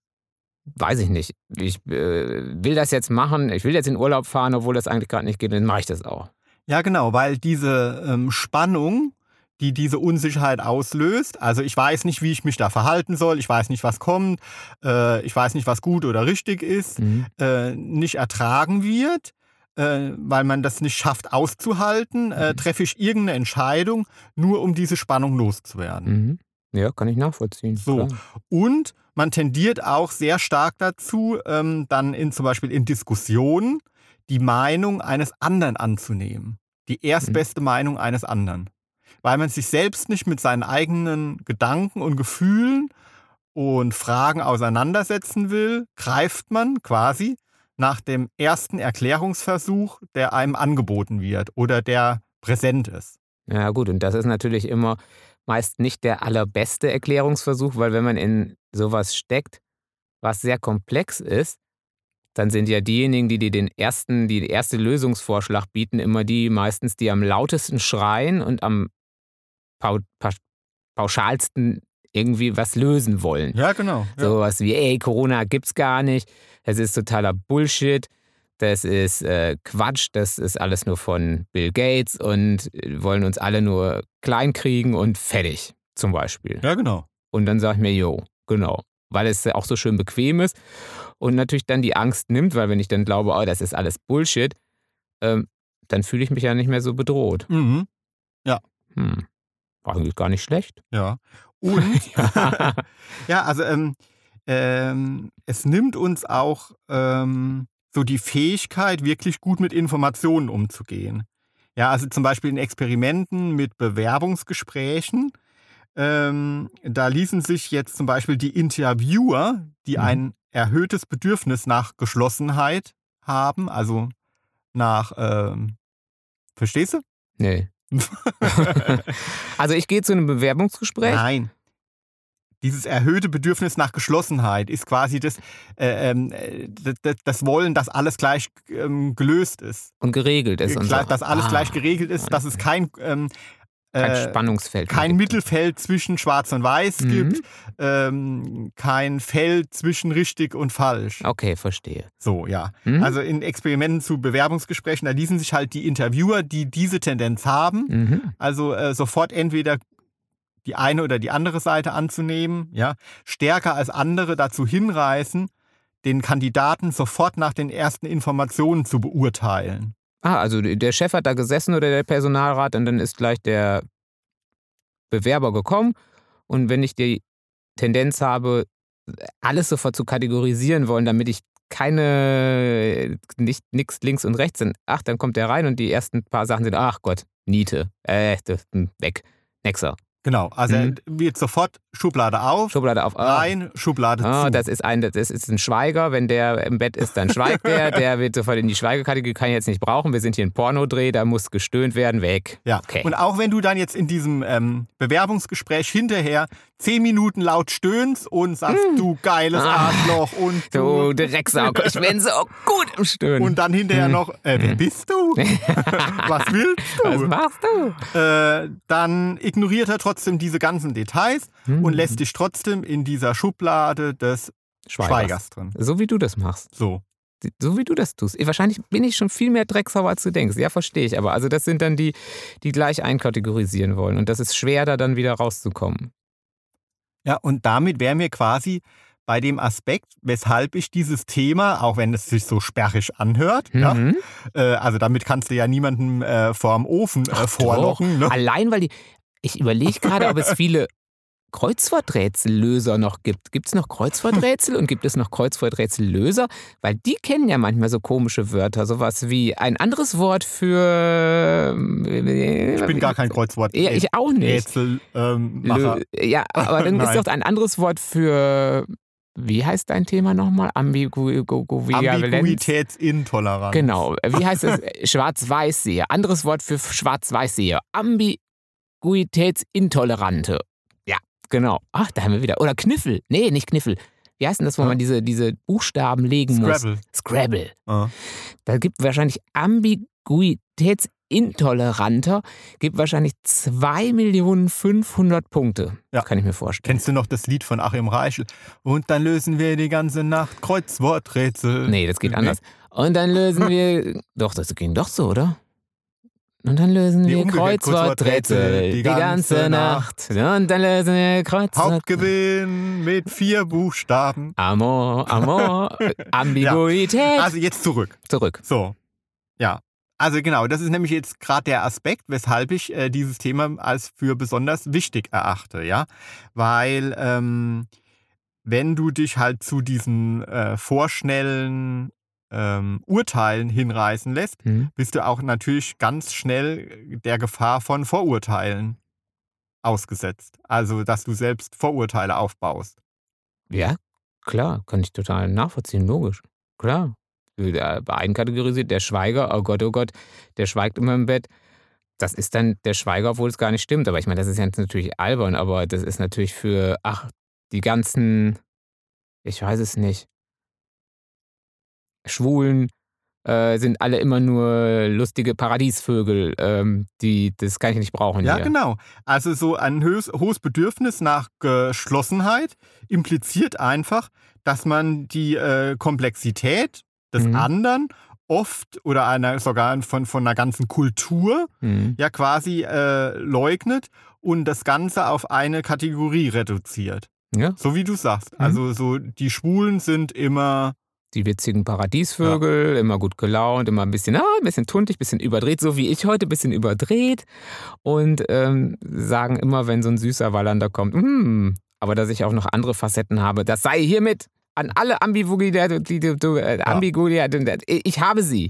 S1: weiß ich nicht. Ich will das jetzt machen. Ich will jetzt in Urlaub fahren, obwohl das eigentlich gerade nicht geht. Dann mache ich das auch.
S2: Ja, genau, weil diese Spannung, die diese Unsicherheit auslöst, also ich weiß nicht, wie ich mich da verhalten soll, ich weiß nicht, was kommt, ich weiß nicht, was gut oder richtig ist,
S1: Mhm.
S2: nicht ertragen wird, weil man das nicht schafft auszuhalten, treffe ich irgendeine Entscheidung, nur um diese Spannung loszuwerden.
S1: Mhm. Ja, kann ich nachvollziehen.
S2: So,
S1: Klar.
S2: und man tendiert auch sehr stark dazu, dann zum Beispiel in Diskussionen die Meinung eines anderen anzunehmen. Die
S1: Mhm.
S2: erstbeste Meinung eines anderen. Weil man sich selbst nicht mit seinen eigenen Gedanken und Gefühlen und Fragen auseinandersetzen will, greift man quasi nach dem ersten Erklärungsversuch, der einem angeboten wird oder der präsent ist.
S1: Ja, gut. Und das ist natürlich immer meist nicht der allerbeste Erklärungsversuch, weil wenn man in sowas steckt, was sehr komplex ist, dann sind ja diejenigen, die dir die erste Lösungsvorschlag bieten, immer die meistens, die am lautesten schreien und am pauschalsten irgendwie was lösen wollen.
S2: Ja, genau. Ja.
S1: Sowas wie, ey, Corona gibt's gar nicht, das ist totaler Bullshit, das ist Quatsch, das ist alles nur von Bill Gates und wollen uns alle nur klein kriegen und fertig, zum Beispiel.
S2: Ja, genau.
S1: Und dann sage ich mir, jo, genau, weil es auch so schön bequem ist und natürlich dann die Angst nimmt, weil wenn ich dann glaube, oh, das ist alles Bullshit, dann fühle ich mich ja nicht mehr so bedroht.
S2: Mhm. Ja.
S1: War eigentlich gar nicht schlecht.
S2: Ja. Und
S1: Ja.
S2: ja, also es nimmt uns auch so die Fähigkeit, wirklich gut mit Informationen umzugehen. Ja, also zum Beispiel in Experimenten mit Bewerbungsgesprächen, da ließen sich jetzt zum Beispiel die Interviewer, die
S1: Mhm.
S2: ein erhöhtes Bedürfnis nach Geschlossenheit haben, also nach, verstehst du?
S1: Nee. Also ich gehe zu einem Bewerbungsgespräch.
S2: Nein. Dieses erhöhte Bedürfnis nach Geschlossenheit ist quasi das Wollen, dass alles gleich gelöst ist.
S1: Und geregelt ist. Und so.
S2: Dass alles gleich geregelt ist, dass es kein
S1: Spannungsfeld
S2: kein
S1: gibt.
S2: Mittelfeld zwischen Schwarz und Weiß gibt, kein Feld zwischen richtig und falsch.
S1: Okay, verstehe.
S2: So, ja. Also in Experimenten zu Bewerbungsgesprächen, da ließen sich halt die Interviewer, die diese Tendenz haben, also sofort entweder die eine oder die andere Seite anzunehmen, ja, stärker als andere dazu hinreißen, den Kandidaten sofort nach den ersten Informationen zu beurteilen.
S1: Also der Chef hat da gesessen oder der Personalrat und dann ist gleich der Bewerber gekommen. Und wenn ich die Tendenz habe, alles sofort zu kategorisieren wollen, damit ich nichts links und rechts sind, dann kommt der rein und die ersten paar Sachen sind, ach Gott, Niete, weg, Nexer.
S2: Genau, also wird sofort Schublade auf, rein, Schublade zu.
S1: Das ist ein Schweiger, wenn der im Bett ist, dann schweigt der wird sofort in die Schweigekategorie, kann ich jetzt nicht brauchen, wir sind hier ein Pornodreh, da muss gestöhnt werden, weg.
S2: Ja, okay. Und auch wenn du dann jetzt in diesem Bewerbungsgespräch hinterher 10 Minuten laut stöhnst und sagst, du geiles Arschloch und
S1: du Drecksau, ich bin so gut im Stöhnen.
S2: Und dann hinterher noch, wer bist du? Was willst du?
S1: Was machst du?
S2: Dann ignoriert er trotzdem diese ganzen Details und lässt dich trotzdem in dieser Schublade des Schweigers drin.
S1: So wie du das machst.
S2: So
S1: wie du das tust. Wahrscheinlich bin ich schon viel mehr Drecksau, als du denkst. Ja, verstehe ich. Aber also das sind dann die gleich einkategorisieren wollen. Und das ist schwer, da dann wieder rauszukommen.
S2: Ja, und damit wären wir quasi bei dem Aspekt, weshalb ich dieses Thema, auch wenn es sich so sperrig anhört, also damit kannst du ja niemanden vorm Ofen vorlocken. Ne?
S1: Allein, weil ich überlege gerade, ob es viele Kreuzworträtsellöser noch gibt. Gibt es noch Kreuzworträtsel und gibt es noch Kreuzworträtsellöser? Weil die kennen ja manchmal so komische Wörter, sowas wie ein anderes Wort für...
S2: Ich bin gar kein Kreuzworträtsel.
S1: Ja, ich auch nicht.
S2: Rätselmacher.
S1: Ja, aber dann ist doch ein anderes Wort für... Wie heißt dein Thema nochmal?
S2: Ambiguitätsintoleranz.
S1: Genau. Wie heißt es? Schwarz-Weiß-Seher. Anderes Wort für Schwarz-Weiß-Seher. Ambiguitätsintolerante. Ja, genau. Ach, da haben wir wieder. Oder Kniffel. Nee, nicht Kniffel. Wie heißt denn das, wo man diese Buchstaben legen muss? Scrabble. Da gibt wahrscheinlich Ambiguitätsintoleranter, gibt wahrscheinlich 2.500.000 Punkte. Ja. Kann ich mir vorstellen.
S2: Kennst du noch das Lied von Achim Reichel? Und dann lösen wir die ganze Nacht Kreuzworträtsel.
S1: Nee, das geht anders. Und dann lösen wir... Doch, das ging doch so, oder? Und dann lösen wir Kreuzworträtsel die ganze Nacht. Und dann lösen wir Kreuzworträtsel.
S2: Hauptgewinn mit 4 Buchstaben.
S1: Amor, Ambiguität.
S2: Ja. Also jetzt zurück. So, ja. Also genau, das ist nämlich jetzt gerade der Aspekt, weshalb ich dieses Thema als für besonders wichtig erachte, ja. Weil wenn du dich halt zu diesen vorschnellen Urteilen hinreißen lässt, bist du auch natürlich ganz schnell der Gefahr von Vorurteilen ausgesetzt. Also, dass du selbst Vorurteile aufbaust.
S1: Ja, klar, kann ich total nachvollziehen, logisch. Klar. Einkategorisiert, der Schweiger, oh Gott, der schweigt immer im Bett. Das ist dann der Schweiger, obwohl es gar nicht stimmt. Aber ich meine, das ist jetzt natürlich albern, aber das ist natürlich für, die ganzen, ich weiß es nicht, Schwulen sind alle immer nur lustige Paradiesvögel, das kann ich nicht brauchen.
S2: Ja,
S1: hier.
S2: Genau. Also so ein hohes Bedürfnis nach Geschlossenheit impliziert einfach, dass man die Komplexität des anderen oft oder sogar von einer ganzen Kultur ja quasi leugnet und das Ganze auf eine Kategorie reduziert. Ja. So wie du sagst. Also so die Schwulen sind immer...
S1: Die witzigen Paradiesvögel, immer gut gelaunt, immer ein bisschen tuntig, ein bisschen überdreht, so wie ich heute, ein bisschen überdreht. Und sagen immer, wenn so ein süßer Wallander kommt, aber dass ich auch noch andere Facetten habe, das sei hiermit an alle Ambiguität, ich habe sie.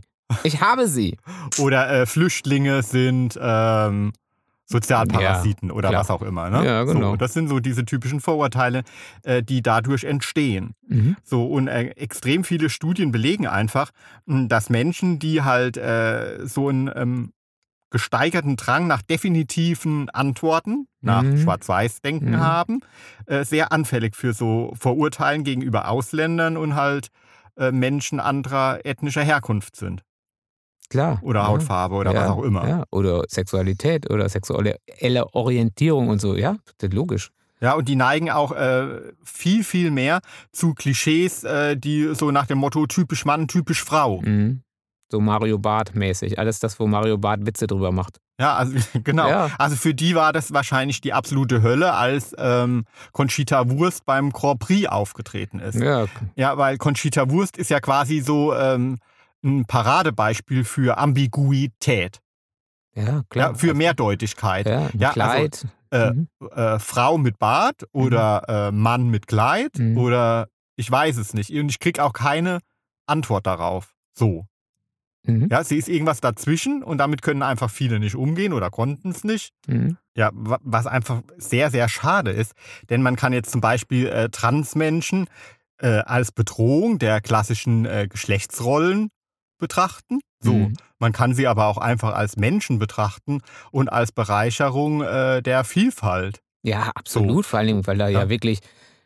S2: Oder Flüchtlinge sind Sozialparasiten oder was auch immer. Ne?
S1: Ja, genau.
S2: So, das sind so diese typischen Vorurteile, die dadurch entstehen. So, und extrem viele Studien belegen einfach, dass Menschen, die halt so ein gesteigerten Drang nach definitiven Antworten, nach Schwarz-Weiß-Denken haben, sehr anfällig für so Vorurteilen gegenüber Ausländern und halt Menschen anderer ethnischer Herkunft sind.
S1: Klar.
S2: Oder Hautfarbe oder was auch immer.
S1: Ja, oder Sexualität oder sexuelle Orientierung und so, ja, das ist logisch.
S2: Ja, und die neigen auch viel, viel mehr zu Klischees, die so nach dem Motto typisch Mann, typisch Frau.
S1: So Mario Barth-mäßig. Alles das, wo Mario Barth Witze drüber macht.
S2: Ja, also genau.
S1: Ja.
S2: Also für die war das wahrscheinlich die absolute Hölle, als Conchita Wurst beim Grand Prix aufgetreten ist. Ja, weil Conchita Wurst ist ja quasi so ein Paradebeispiel für Ambiguität.
S1: Ja, klar.
S2: Ja, für Mehrdeutigkeit.
S1: Ja, ein Kleid.
S2: Also, Frau mit Bart oder Mann mit Kleid oder ich weiß es nicht. Und ich kriege auch keine Antwort darauf. So. Ja, sie ist irgendwas dazwischen und damit können einfach viele nicht umgehen oder konnten es nicht. Ja, was einfach sehr, sehr schade ist. Denn man kann jetzt zum Beispiel Transmenschen als Bedrohung der klassischen Geschlechtsrollen betrachten. So, man kann sie aber auch einfach als Menschen betrachten und als Bereicherung der Vielfalt.
S1: Ja, absolut. So. Vor allem, weil da ja wirklich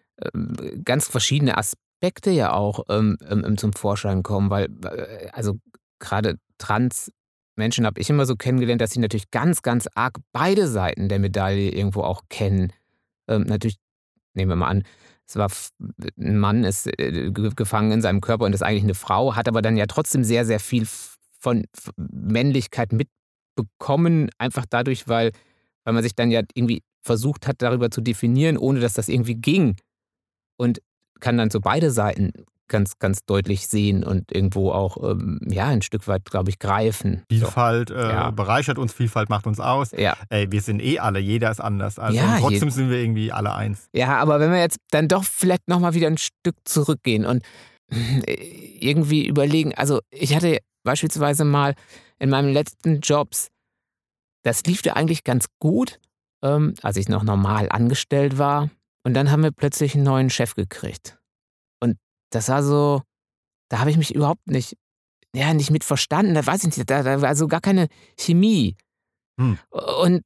S1: ganz verschiedene Aspekte ja auch zum Vorschein kommen. Weil, also gerade Trans-Menschen habe ich immer so kennengelernt, dass sie natürlich ganz, ganz arg beide Seiten der Medaille irgendwo auch kennen. Natürlich, nehmen wir mal an, ein Mann ist gefangen in seinem Körper und ist eigentlich eine Frau, hat aber dann ja trotzdem sehr, sehr viel von Männlichkeit mitbekommen, einfach dadurch, weil man sich dann ja irgendwie versucht hat, darüber zu definieren, ohne dass das irgendwie ging. Und kann dann so beide Seiten ganz, ganz deutlich sehen und irgendwo auch ein Stück weit, glaube ich, greifen.
S2: Vielfalt bereichert uns, Vielfalt macht uns aus.
S1: Ja.
S2: Ey, wir sind alle, jeder ist anders. Also und trotzdem sind wir irgendwie alle eins.
S1: Ja, aber wenn wir jetzt dann doch vielleicht nochmal wieder ein Stück zurückgehen und irgendwie überlegen, also ich hatte beispielsweise mal in meinem letzten Jobs, das lief ja eigentlich ganz gut, als ich noch normal angestellt war. Und dann haben wir plötzlich einen neuen Chef gekriegt. Und das war so, da habe ich mich überhaupt nicht mit verstanden. Da weiß ich nicht, da war so gar keine Chemie. Und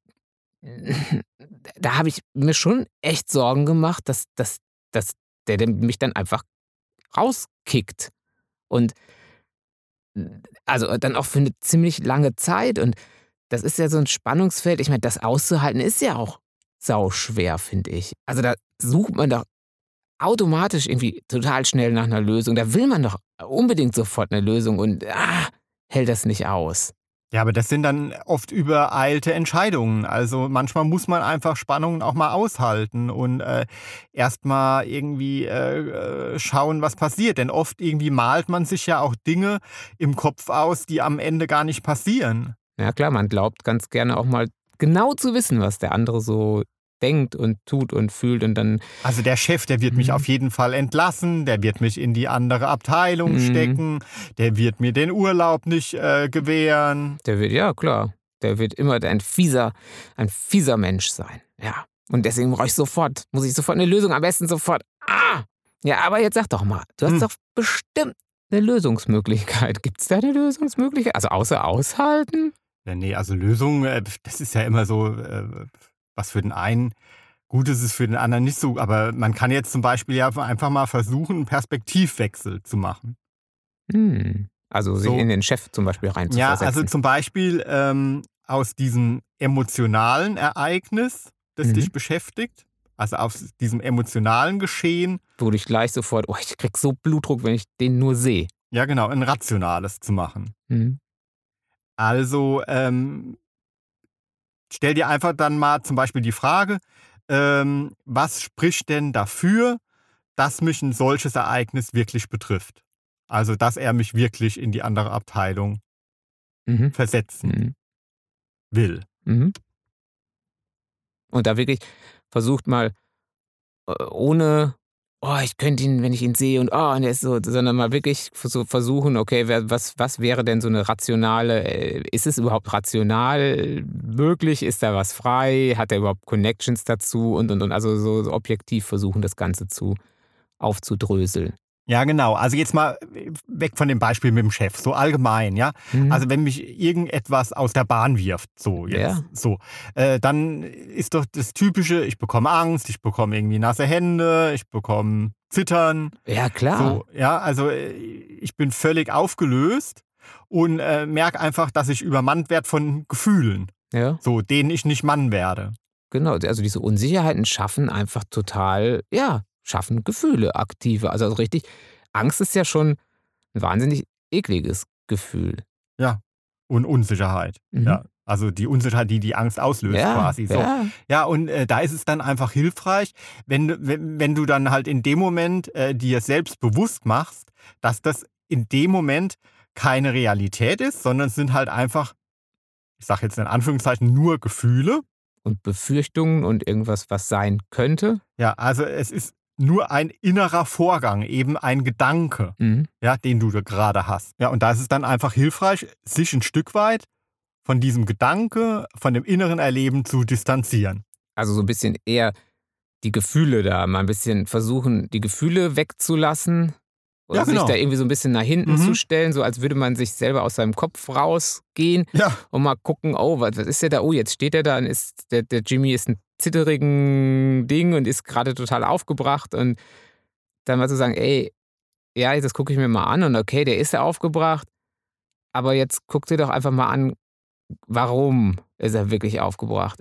S1: da habe ich mir schon echt Sorgen gemacht, dass der mich dann einfach rauskickt. Und also dann auch für eine ziemlich lange Zeit. Und das ist ja so ein Spannungsfeld. Ich meine, das auszuhalten ist ja auch sauschwer, finde ich. Also da sucht man doch automatisch irgendwie total schnell nach einer Lösung. Da will man doch unbedingt sofort eine Lösung und hält das nicht aus.
S2: Ja, aber das sind dann oft übereilte Entscheidungen. Also manchmal muss man einfach Spannungen auch mal aushalten und erst mal irgendwie schauen, was passiert. Denn oft irgendwie malt man sich ja auch Dinge im Kopf aus, die am Ende gar nicht passieren.
S1: Ja klar, man glaubt ganz gerne auch mal genau zu wissen, was der andere so denkt und tut und fühlt und dann...
S2: Also der Chef, der wird mich auf jeden Fall entlassen, der wird mich in die andere Abteilung stecken, der wird mir den Urlaub nicht gewähren.
S1: Der wird immer ein fieser Mensch sein, ja. Und deswegen muss ich sofort eine Lösung, am besten sofort. Ja, aber jetzt sag doch mal, du hast doch bestimmt eine Lösungsmöglichkeit. Gibt es da eine Lösungsmöglichkeit? Also außer aushalten?
S2: Ja, nee, also Lösung, das ist ja immer so, was für den einen gut ist, ist für den anderen nicht so. Aber man kann jetzt zum Beispiel ja einfach mal versuchen, einen Perspektivwechsel zu machen.
S1: Also sich in den Chef zum Beispiel reinzuversetzen.
S2: Ja, also zum Beispiel aus diesem emotionalen Ereignis, das dich beschäftigt, also aus diesem emotionalen Geschehen.
S1: Wo dich gleich sofort, ich krieg so Blutdruck, wenn ich den nur sehe.
S2: Ja, genau, ein rationales zu machen. Also stell dir einfach dann mal zum Beispiel die Frage, was spricht denn dafür, dass mich ein solches Ereignis wirklich betrifft? Also, dass er mich wirklich in die andere Abteilung versetzen will.
S1: Und da wirklich versucht mal ohne, ich könnte ihn, wenn ich ihn sehe und er ist so, sondern mal wirklich so versuchen, okay, was wäre denn so eine rationale, ist es überhaupt rational möglich, ist da was frei, hat er überhaupt Connections dazu und, also so objektiv versuchen, das Ganze aufzudröseln.
S2: Ja, genau. Also jetzt mal weg von dem Beispiel mit dem Chef, so allgemein, ja.
S1: Mhm.
S2: Also wenn mich irgendetwas aus der Bahn wirft, so jetzt,
S1: Ja,
S2: so, dann ist doch das Typische, ich bekomme Angst, ich bekomme irgendwie nasse Hände, ich bekomme Zittern,
S1: ja klar.
S2: so, ja. Also ich bin völlig aufgelöst und merke einfach, dass ich übermannt werde von Gefühlen,
S1: Ja,
S2: so, denen ich nicht Mann werde.
S1: genau. Also diese Unsicherheiten schaffen einfach total, ja, schaffen Gefühle, aktive. Also richtig, Angst ist ja schon ein wahnsinnig ekliges Gefühl.
S2: Ja, und Unsicherheit.
S1: Mhm.
S2: Ja, also die Unsicherheit, die die Angst auslöst
S1: Ja,
S2: quasi so.
S1: ja.
S2: Ja, und da ist es dann einfach hilfreich, wenn du dann halt in dem Moment dir selbst bewusst machst, dass das in dem Moment keine Realität ist, sondern es sind halt einfach, ich sage jetzt in Anführungszeichen, nur Gefühle.
S1: Und Befürchtungen und irgendwas, was sein könnte.
S2: Ja, also es ist nur ein innerer Vorgang, eben ein Gedanke,
S1: Mhm.
S2: ja, den du da gerade hast. Ja, und da ist es dann einfach hilfreich, sich ein Stück weit von diesem Gedanke, von dem inneren Erleben zu distanzieren.
S1: Also so ein bisschen eher die Gefühle da mal ein bisschen versuchen, die Gefühle wegzulassen
S2: Ja,
S1: oder sich da
S2: genau.
S1: irgendwie so ein bisschen nach hinten zu
S2: Mhm.
S1: stellen, so als würde man sich selber aus seinem Kopf rausgehen
S2: Ja,
S1: und mal gucken: „Oh, was ist der da? Oh, jetzt steht er da und ist der Jimmy ist 'n zitterigen Ding und ist gerade total aufgebracht.“ Und dann mal zu sagen: „Ey, ja, das gucke ich mir mal an und okay, der ist ja aufgebracht, aber jetzt guck dir doch einfach mal an, warum ist er wirklich aufgebracht?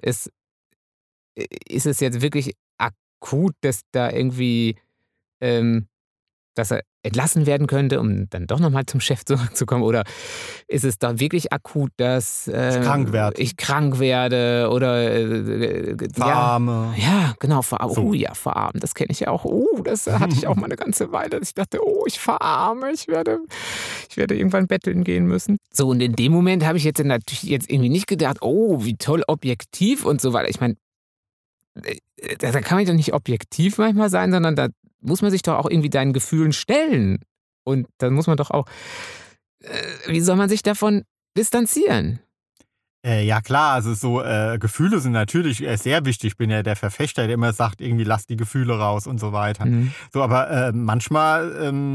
S1: Ist es jetzt wirklich akut, dass da irgendwie ähm, dass er entlassen werden könnte, um dann doch noch mal zum Chef zurückzukommen? Oder ist es da wirklich akut, dass,
S2: ich krank werde,
S1: ich krank werde oder, ja,
S2: verarme.
S1: ja, genau, verarmen.
S2: So.
S1: Ja, verarmen, das kenne ich ja auch. Das hatte ich auch mal eine ganze Weile, dass ich dachte: „Oh, ich verarme, ich werde irgendwann betteln gehen müssen.“ So, und in dem Moment habe ich jetzt natürlich jetzt irgendwie nicht gedacht: „Oh, wie toll objektiv und so weiter.“ Ich meine, da kann man doch nicht objektiv manchmal sein, sondern da muss man sich doch auch irgendwie deinen Gefühlen stellen. Und dann muss man doch auch wie soll man sich davon distanzieren?
S2: Ja klar, also so Gefühle sind natürlich sehr wichtig. Ich bin ja der Verfechter, der immer sagt, irgendwie lass die Gefühle raus und so weiter.
S1: Mhm.
S2: So, aber manchmal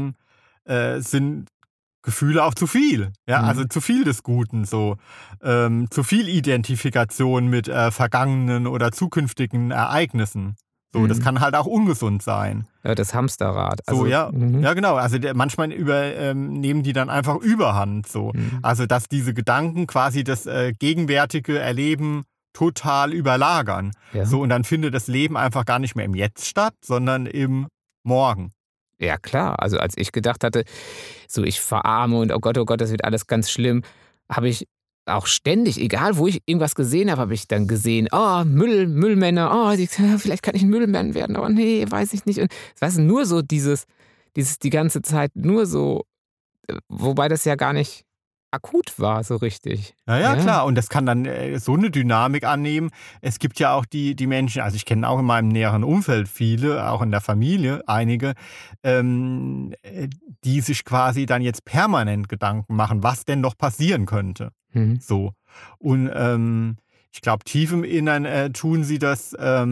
S2: sind Gefühle auch zu viel. Ja, also
S1: Mhm.
S2: zu viel des Guten, so zu viel Identifikation mit vergangenen oder zukünftigen Ereignissen. So, das
S1: Mhm.
S2: kann halt auch ungesund sein.
S1: Ja, das Hamsterrad.
S2: So,
S1: Also
S2: ja.
S1: mhm.
S2: Ja, genau. Also manchmal nehmen die dann einfach Überhand. So.
S1: Mhm.
S2: Also, dass diese Gedanken quasi das gegenwärtige Erleben total überlagern.
S1: Ja.
S2: So, und dann findet das Leben einfach gar nicht mehr im Jetzt statt, sondern im Morgen.
S1: Ja klar, also als ich gedacht hatte, so ich verarme und oh Gott, das wird alles ganz schlimm, habe ich auch ständig, egal wo ich irgendwas gesehen habe, habe ich dann gesehen, oh, Müllmänner, oh, vielleicht kann ich ein Müllmann werden, aber nee, weiß ich nicht. Und weißt du, nur so dieses die ganze Zeit, nur so, wobei das ja gar nicht akut war so richtig.
S2: Ja, ja,
S1: Ja.
S2: klar. Und das kann dann so eine Dynamik annehmen. Es gibt ja auch die Menschen, also ich kenne auch in meinem näheren Umfeld viele, auch in der Familie einige, ähm, äh, die sich quasi dann jetzt permanent Gedanken machen, was denn noch passieren könnte.
S1: Mhm.
S2: So. Und ich glaube, tief im Innern tun sie das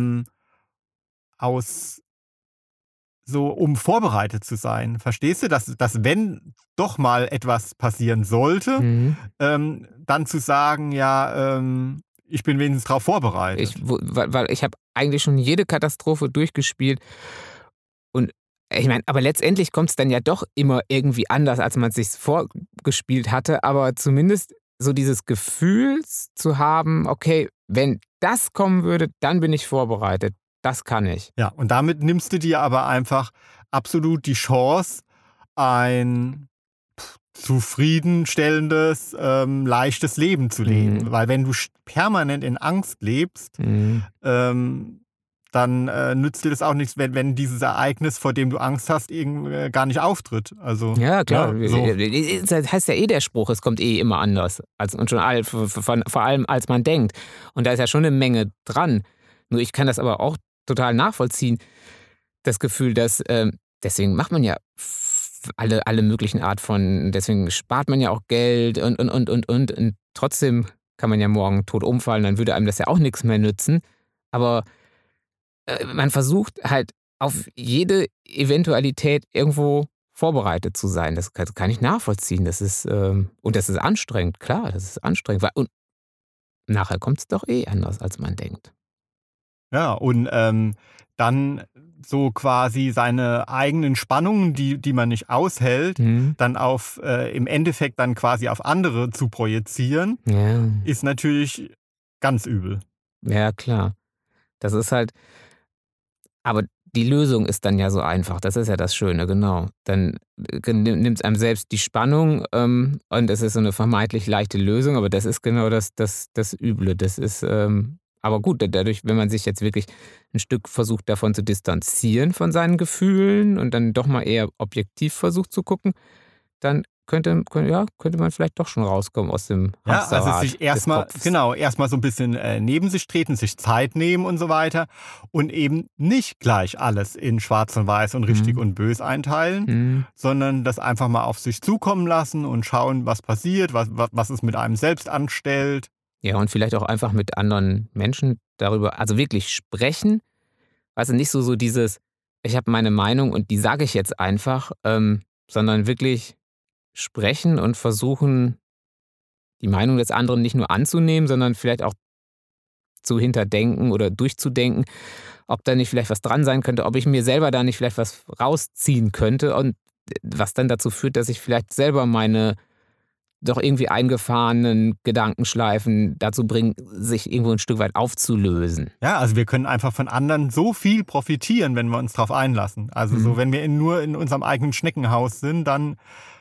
S2: aus so, um vorbereitet zu sein. Verstehst du? Dass wenn doch mal etwas passieren sollte,
S1: Mhm.
S2: dann zu sagen, ja, ich bin wenigstens darauf
S1: Ich,
S2: vorbereitet.
S1: weil ich habe eigentlich schon jede Katastrophe durchgespielt. Und ich meine, aber letztendlich kommt es dann ja doch immer irgendwie anders, als man sich's vorgespielt hatte, aber zumindest so dieses Gefühl zu haben: „Okay, wenn das kommen würde, dann bin ich vorbereitet. Das kann ich.“
S2: Ja, und damit nimmst du dir aber einfach absolut die Chance, ein zufriedenstellendes, leichtes Leben zu leben.
S1: Mhm.
S2: Weil wenn du permanent in Angst lebst,
S1: Mhm.
S2: ähm, dann nützt dir das auch nichts, wenn dieses Ereignis, vor dem du Angst hast, gar nicht auftritt. Also,
S1: Ja, klar.
S2: ja, so.
S1: Das heißt ja eh der Spruch, es kommt eh immer anders als und schon vor allem als man denkt. Und da ist ja schon eine Menge dran. Nur ich kann das aber auch total nachvollziehen, das Gefühl, dass deswegen macht man ja alle möglichen Art von deswegen spart man ja auch Geld und trotzdem kann man ja morgen tot umfallen, dann würde einem das ja auch nichts mehr nützen. Aber man versucht halt auf jede Eventualität irgendwo vorbereitet zu sein. Das kann ich nachvollziehen. Und das ist anstrengend, klar, das ist anstrengend. Und nachher kommt es doch anders, als man denkt.
S2: Ja, und dann so quasi seine eigenen Spannungen, die man nicht aushält,
S1: Mhm.
S2: dann im Endeffekt dann quasi auf andere zu projizieren,
S1: Ja,
S2: ist natürlich ganz übel.
S1: ja, klar. Das ist halt, aber die Lösung ist dann ja so einfach. Das ist ja das Schöne, genau. Dann nimmt es einem selbst die Spannung, und es ist so eine vermeintlich leichte Lösung, aber das ist genau das Üble. Aber gut, dadurch, wenn man sich jetzt wirklich ein Stück versucht, davon zu distanzieren von seinen Gefühlen und dann doch mal eher objektiv versucht zu gucken, dann könnte man vielleicht doch schon rauskommen aus dem
S2: Ja, also
S1: Hamsterrad
S2: sich
S1: des Kopfes.
S2: erstmal so ein bisschen neben sich treten, sich Zeit nehmen und so weiter und eben nicht gleich alles in Schwarz und Weiß und richtig
S1: Mhm.
S2: und bös einteilen,
S1: Mhm.
S2: sondern das einfach mal auf sich zukommen lassen und schauen, was passiert, was es mit einem selbst anstellt.
S1: Ja, und vielleicht auch einfach mit anderen Menschen darüber, also wirklich sprechen. Weißt du, nicht so dieses: „Ich habe meine Meinung und die sage ich jetzt einfach“, sondern wirklich sprechen und versuchen, die Meinung des anderen nicht nur anzunehmen, sondern vielleicht auch zu hinterdenken oder durchzudenken, ob da nicht vielleicht was dran sein könnte, ob ich mir selber da nicht vielleicht was rausziehen könnte und was dann dazu führt, dass ich vielleicht selber meine doch irgendwie eingefahrenen Gedankenschleifen dazu bringen, sich irgendwo ein Stück weit aufzulösen.
S2: Ja, also wir können einfach von anderen so viel profitieren, wenn wir uns darauf einlassen. Also so,
S1: Mhm.
S2: wenn wir nur in unserem eigenen Schneckenhaus sind, dann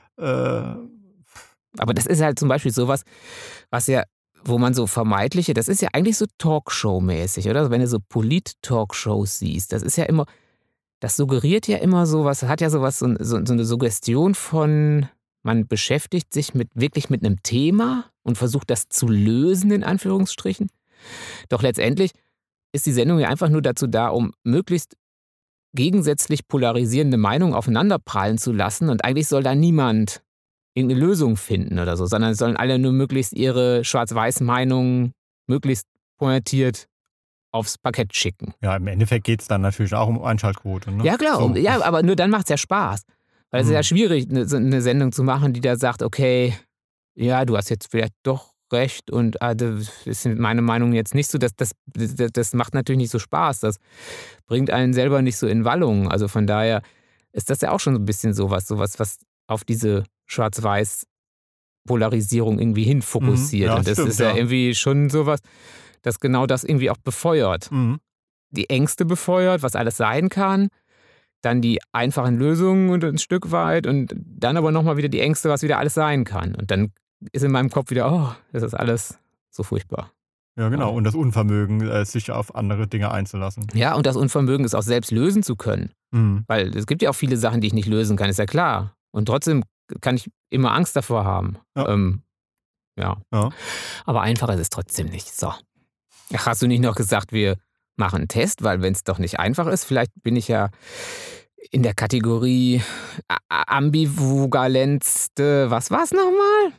S1: Aber das ist halt zum Beispiel sowas, was ja, wo man so vermeintliche, das ist ja eigentlich so Talkshow-mäßig, oder? Wenn du so Polit-Talkshows siehst, das ist ja immer, das suggeriert ja immer so was, hat ja so eine Suggestion von, man beschäftigt sich wirklich mit einem Thema und versucht das zu lösen, in Anführungsstrichen. Doch letztendlich ist die Sendung ja einfach nur dazu da, um möglichst gegensätzlich polarisierende Meinungen aufeinanderprallen zu lassen, und eigentlich soll da niemand irgendeine Lösung finden oder so, sondern es sollen alle nur möglichst ihre Schwarz-Weiß-Meinungen möglichst pointiert aufs Parkett schicken.
S2: ja, im Endeffekt geht es dann natürlich auch um Einschaltquote. Ne?
S1: Ja klar,
S2: So.
S1: ja, aber nur dann macht's ja Spaß. Weil es ist ja schwierig, so 'ne Sendung zu machen, die da sagt: „Okay, ja, du hast jetzt vielleicht doch recht und, das ist meine Meinung jetzt nicht so.“ Das macht natürlich nicht so Spaß. Das bringt einen selber nicht so in Wallung. Also, von daher ist das ja auch schon so 'n bisschen was auf diese Schwarz-Weiß-Polarisierung irgendwie hin fokussiert.
S2: Ja,
S1: Und das
S2: stimmt,
S1: ist ja
S2: ja.
S1: irgendwie schon sowas, das genau das irgendwie auch befeuert.
S2: Mhm.
S1: Die Ängste befeuert, was alles sein kann, dann die einfachen Lösungen und 'n Stück weit und dann aber noch mal wieder die Ängste, was wieder alles sein kann. Und dann ist in meinem Kopf wieder: „Oh, das ist alles so furchtbar.“
S2: Ja,
S1: Ja.
S2: genau. Und das Unvermögen, sich auf andere Dinge einzulassen.
S1: Ja, und das Unvermögen, es auch selbst lösen zu können.
S2: Mhm.
S1: Weil es gibt ja auch viele Sachen, die ich nicht lösen kann, ist ja klar. Und trotzdem kann ich immer Angst davor haben.
S2: Ja.
S1: Ja.
S2: Ja.
S1: Aber einfach ist es trotzdem nicht. So. Ach, hast du nicht noch gesagt, wir machen einen Test? Weil wenn es doch nicht einfach ist, vielleicht bin ich ja in der Kategorie ambivalentste, was war's nochmal?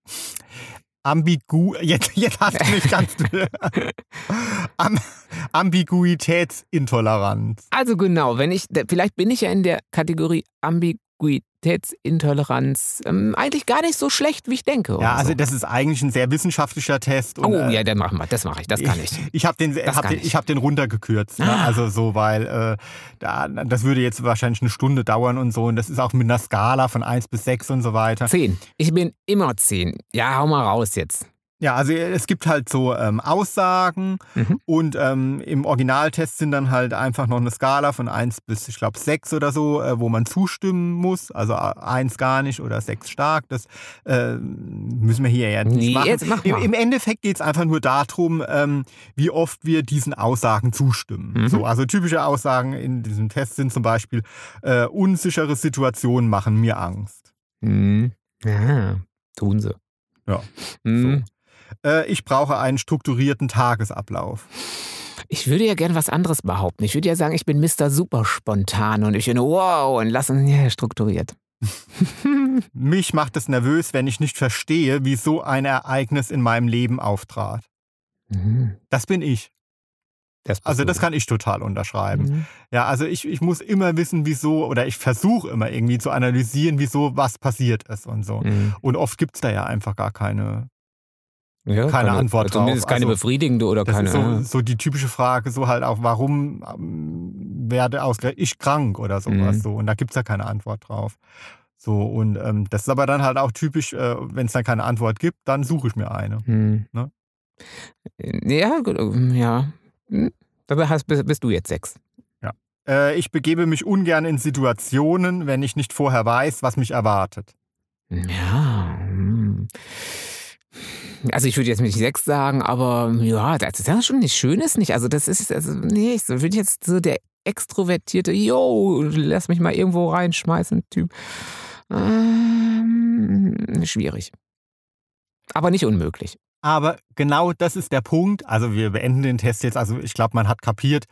S2: Jetzt hast du mich ganz Am Ambiguitätsintoleranz.
S1: Also genau, vielleicht bin ich ja in der Kategorie Ambiguitätsintoleranz, eigentlich gar nicht so schlecht, wie ich denke.
S2: Ja,
S1: Oder
S2: also
S1: so.
S2: das ist eigentlich ein sehr wissenschaftlicher Test. Und,
S1: Oh ja, dann machen wir, das mache ich, das kann ich.
S2: Ich habe
S1: Das kann ich.
S2: hab den runtergekürzt. Ne?
S1: Ah.
S2: Also so, weil das würde jetzt wahrscheinlich eine Stunde dauern und so. Und das ist auch mit einer Skala von 1 bis 6 und so weiter.
S1: 10. Ich bin immer 10. Ja, hau mal raus jetzt.
S2: Ja, also es gibt halt so Aussagen
S1: Mhm.
S2: und im Originaltest sind dann halt einfach noch eine Skala von 1 bis, ich glaube, 6 oder so, wo man zustimmen muss. Also 1 gar nicht oder 6 stark. Das müssen wir hier ja nicht
S1: Nee,
S2: machen.
S1: jetzt mach mal.
S2: Im Endeffekt geht es einfach nur darum, wie oft wir diesen Aussagen zustimmen.
S1: Mhm.
S2: So, also typische Aussagen in diesem Test sind zum Beispiel, unsichere Situationen machen mir Angst.
S1: Mhm. Ja, tun sie.
S2: Ja,
S1: Mhm.
S2: ich brauche einen strukturierten Tagesablauf.
S1: Ich würde ja gern was anderes behaupten. Ich würde ja sagen, ich bin Mr. Super spontan und ich bin wow und lassen ja strukturiert.
S2: Mich macht es nervös, wenn ich nicht verstehe, wie so ein Ereignis in meinem Leben auftrat.
S1: Mhm.
S2: Das bin ich.
S1: Das bist
S2: Also
S1: du.
S2: das kann ich total unterschreiben.
S1: Mhm.
S2: Ja, also ich muss immer wissen, wieso, oder ich versuche immer irgendwie zu analysieren, wieso was passiert ist und so.
S1: Mhm.
S2: Und oft gibt es da ja einfach gar keine
S1: Ja,
S2: Antwort drauf.
S1: zumindest keine
S2: Also
S1: befriedigende oder
S2: das
S1: keine.
S2: ist so die typische Frage, so halt auch, warum werde ausgerechnet ich krank oder sowas.
S1: Mhm.
S2: So. Und da gibt es ja keine Antwort drauf. So, und das ist aber dann halt auch typisch, wenn es dann keine Antwort gibt, dann suche ich mir eine.
S1: Mhm.
S2: Ne?
S1: Ja, ja. Dabei bist du jetzt 6.
S2: Ja. Ich begebe mich ungern in Situationen, wenn ich nicht vorher weiß, was mich erwartet.
S1: Ja. Also ich würde jetzt nicht 6 sagen, aber ja, das ist ja schon nichts Schönes nicht. Also das ist, nee, ich würde jetzt so der extrovertierte, lass mich mal irgendwo reinschmeißen, Typ. Schwierig. Aber nicht unmöglich.
S2: Aber genau das ist der Punkt. Also wir beenden den Test jetzt. Also ich glaube, man hat kapiert,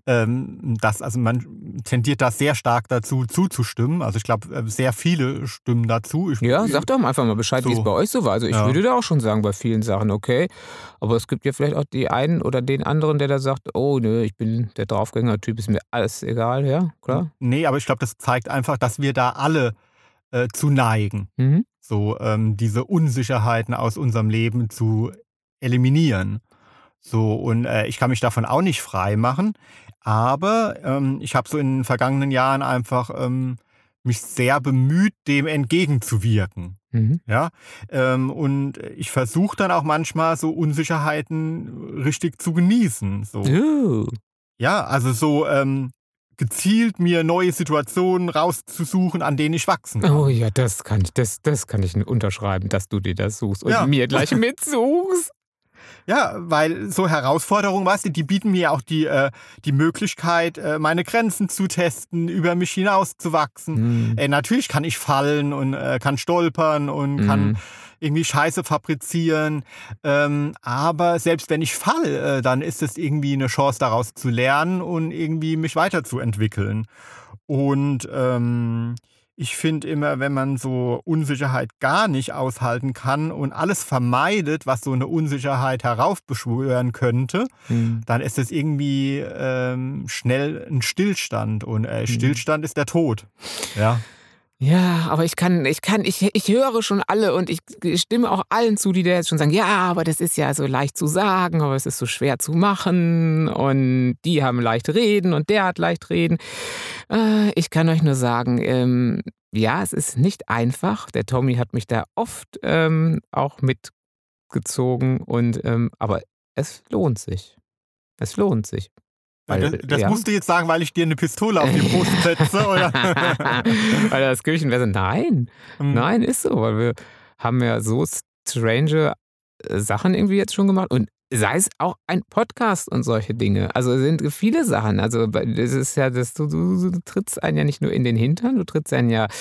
S2: dass man tendiert da sehr stark dazu zuzustimmen. Also ich glaube, sehr viele stimmen dazu.
S1: Ja, sag doch einfach mal Bescheid, wie es bei euch so war. Also ich würde da auch schon sagen, bei vielen Sachen okay. Aber es gibt ja vielleicht auch die einen oder den anderen, der da sagt, oh nö, ich bin der Draufgänger-Typ, ist mir alles egal. Ja, klar.
S2: Nee, aber ich glaube, das zeigt einfach, dass wir da alle zu neigen.
S1: Mhm.
S2: So diese Unsicherheiten aus unserem Leben zu eliminieren. So, und ich kann mich davon auch nicht frei machen. Aber ich habe so in den vergangenen Jahren einfach mich sehr bemüht, dem entgegenzuwirken.
S1: Mhm.
S2: Ja, und ich versuche dann auch manchmal so Unsicherheiten richtig zu genießen. So. Ja, also so gezielt mir neue Situationen rauszusuchen, an denen ich wachsen kann.
S1: Oh ja, das kann ich unterschreiben, dass du dir das suchst und
S2: Ja.
S1: mir gleich mitsuchst.
S2: Ja, weil so Herausforderungen, weißt du, die bieten mir auch die Möglichkeit, meine Grenzen zu testen, über mich hinauszuwachsen. Natürlich kann ich fallen und kann stolpern und kann irgendwie Scheiße fabrizieren. Aber selbst wenn ich falle, dann ist es irgendwie eine Chance, daraus zu lernen und irgendwie mich weiterzuentwickeln. Und ich finde immer, wenn man so Unsicherheit gar nicht aushalten kann und alles vermeidet, was so eine Unsicherheit heraufbeschwören könnte, dann ist es irgendwie schnell ein Stillstand. Und Stillstand ist der Tod. Ja.
S1: Ja, aber ich höre schon alle und ich stimme auch allen zu, die da jetzt schon sagen, ja, aber das ist ja so leicht zu sagen, aber es ist so schwer zu machen und die haben leicht reden und der hat leicht reden. Ich kann euch nur sagen, ja, es ist nicht einfach. Der Tommy hat mich da oft auch mitgezogen aber es lohnt sich. Es lohnt sich.
S2: Das musst du jetzt sagen, weil ich dir eine Pistole auf die Brust setze, oder?
S1: Weil das Küchenwässer. Nein, ist so, weil wir haben ja so strange Sachen irgendwie jetzt schon gemacht und sei es auch ein Podcast und solche Dinge. Also es sind viele Sachen. Also das ist ja, du trittst einen ja nicht nur in den Hintern, du trittst einen ja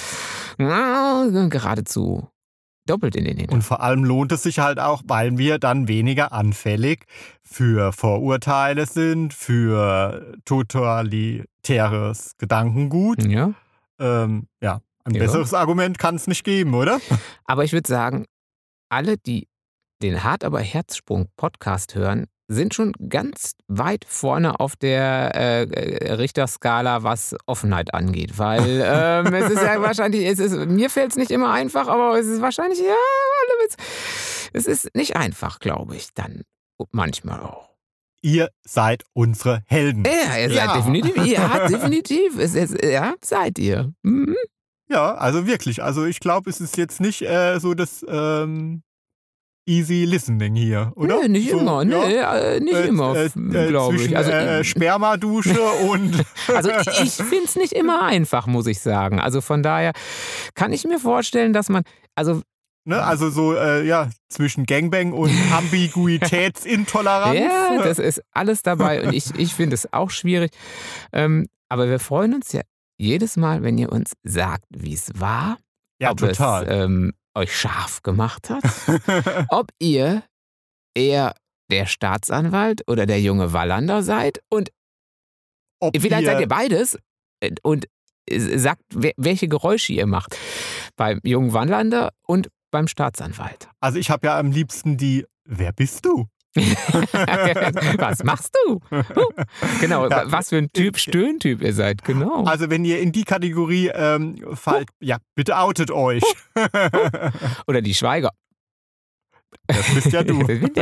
S1: geradezu doppelt in den Hintern.
S2: Und vor allem lohnt es sich halt auch, weil wir dann weniger anfällig für Vorurteile sind, für totalitäres Gedankengut.
S1: Ja.
S2: Ein besseres Argument kann es nicht geben, oder?
S1: Aber ich würde sagen, alle, die den Hart aber Herzsprung Podcast hören, sind schon ganz weit vorne auf der Richterskala, was Offenheit angeht. Weil es ist ja wahrscheinlich, mir fällt es nicht immer einfach, aber es ist wahrscheinlich, es ist nicht einfach, glaube ich, dann manchmal auch.
S2: Ihr seid unsere Helden.
S1: Ja, ihr seid definitiv. Ja, definitiv. Seid ihr. Mhm.
S2: Ja, also wirklich. Also ich glaube, es ist jetzt nicht so das easy listening hier, oder?
S1: Nee, nicht
S2: so,
S1: immer. Nee, nicht immer, glaube ich.
S2: Also Spermadusche und...
S1: Also ich finde es nicht immer einfach, muss ich sagen. Also von daher kann ich mir vorstellen, dass man... Also
S2: so, zwischen Gangbang und Ambiguitätsintoleranz.
S1: Ja, das ist alles dabei und ich finde es auch schwierig. Aber wir freuen uns ja jedes Mal, wenn ihr uns sagt, wie es war.
S2: Ja,
S1: ob
S2: total.
S1: Es euch scharf gemacht hat. Ob ihr eher der Staatsanwalt oder der junge Wallander seid. Und vielleicht seid ihr beides und sagt, welche Geräusche ihr macht. Beim jungen Wallander und beim Staatsanwalt.
S2: Also ich habe ja am liebsten die Wer bist du?
S1: Was machst du? Genau,
S2: Ja.
S1: was für ein Stöhntyp ihr seid, genau.
S2: Also wenn ihr in die Kategorie fallt, ja, bitte outet euch.
S1: Oder die Schweiger.
S2: Das bist ja du.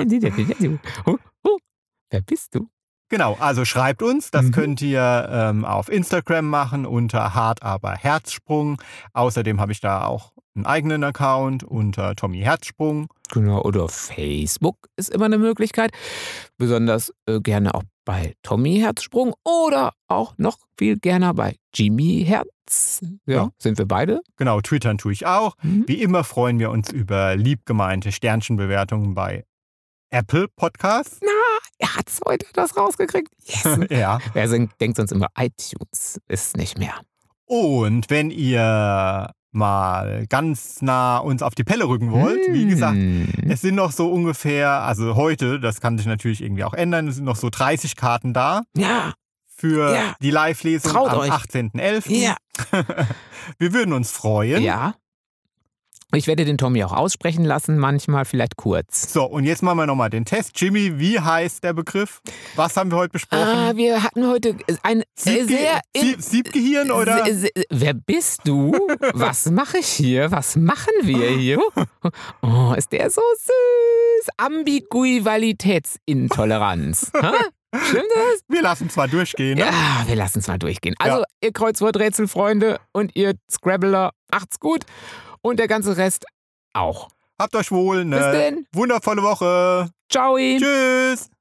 S1: Wer bist du?
S2: Genau, also schreibt uns, das könnt ihr auf Instagram machen unter Hart aber Herzsprung. Außerdem habe ich da auch einen eigenen Account unter Tommy Herzsprung.
S1: Genau, oder Facebook ist immer eine Möglichkeit. Besonders gerne auch bei Tommy Herzsprung oder auch noch viel gerne bei Jimmy Herz. Ja, sind wir beide.
S2: Genau, twittern tue ich auch. Wie immer freuen wir uns über liebgemeinte Sternchenbewertungen bei Apple Podcasts.
S1: Er hat's heute das rausgekriegt. Yes.
S2: Ja.
S1: Er denkt sonst immer, iTunes ist nicht mehr.
S2: Und wenn ihr mal ganz nah uns auf die Pelle rücken wollt, wie gesagt, es sind noch so ungefähr, also heute, das kann sich natürlich irgendwie auch ändern, es sind noch so 30 Karten da
S1: Ja,
S2: für
S1: Ja.
S2: die Live-Lesung
S1: Traut
S2: am
S1: euch.
S2: 18.11.
S1: ja,
S2: Wir würden uns freuen.
S1: ja. Ich werde den Tommy auch aussprechen lassen, manchmal vielleicht kurz.
S2: So, und jetzt machen wir nochmal den Test. Jimmy, wie heißt der Begriff? Was haben wir heute besprochen?
S1: Wir hatten heute ein sehr...
S2: Siebgehirn oder?
S1: Wer bist du? Was mache ich hier? Was machen wir hier? Oh, ist der so süß. Ambiguitätsintoleranz. Ha? Stimmt das?
S2: Wir lassen es mal durchgehen. Ne?
S1: Ja, wir lassen es mal durchgehen. Also, ihr Kreuzworträtselfreunde und ihr Scrabbler, macht's gut. Und der ganze Rest auch.
S2: Habt euch wohl, ne?
S1: Bis denn.
S2: Wundervolle Woche.
S1: Ciao.
S2: Tschüss.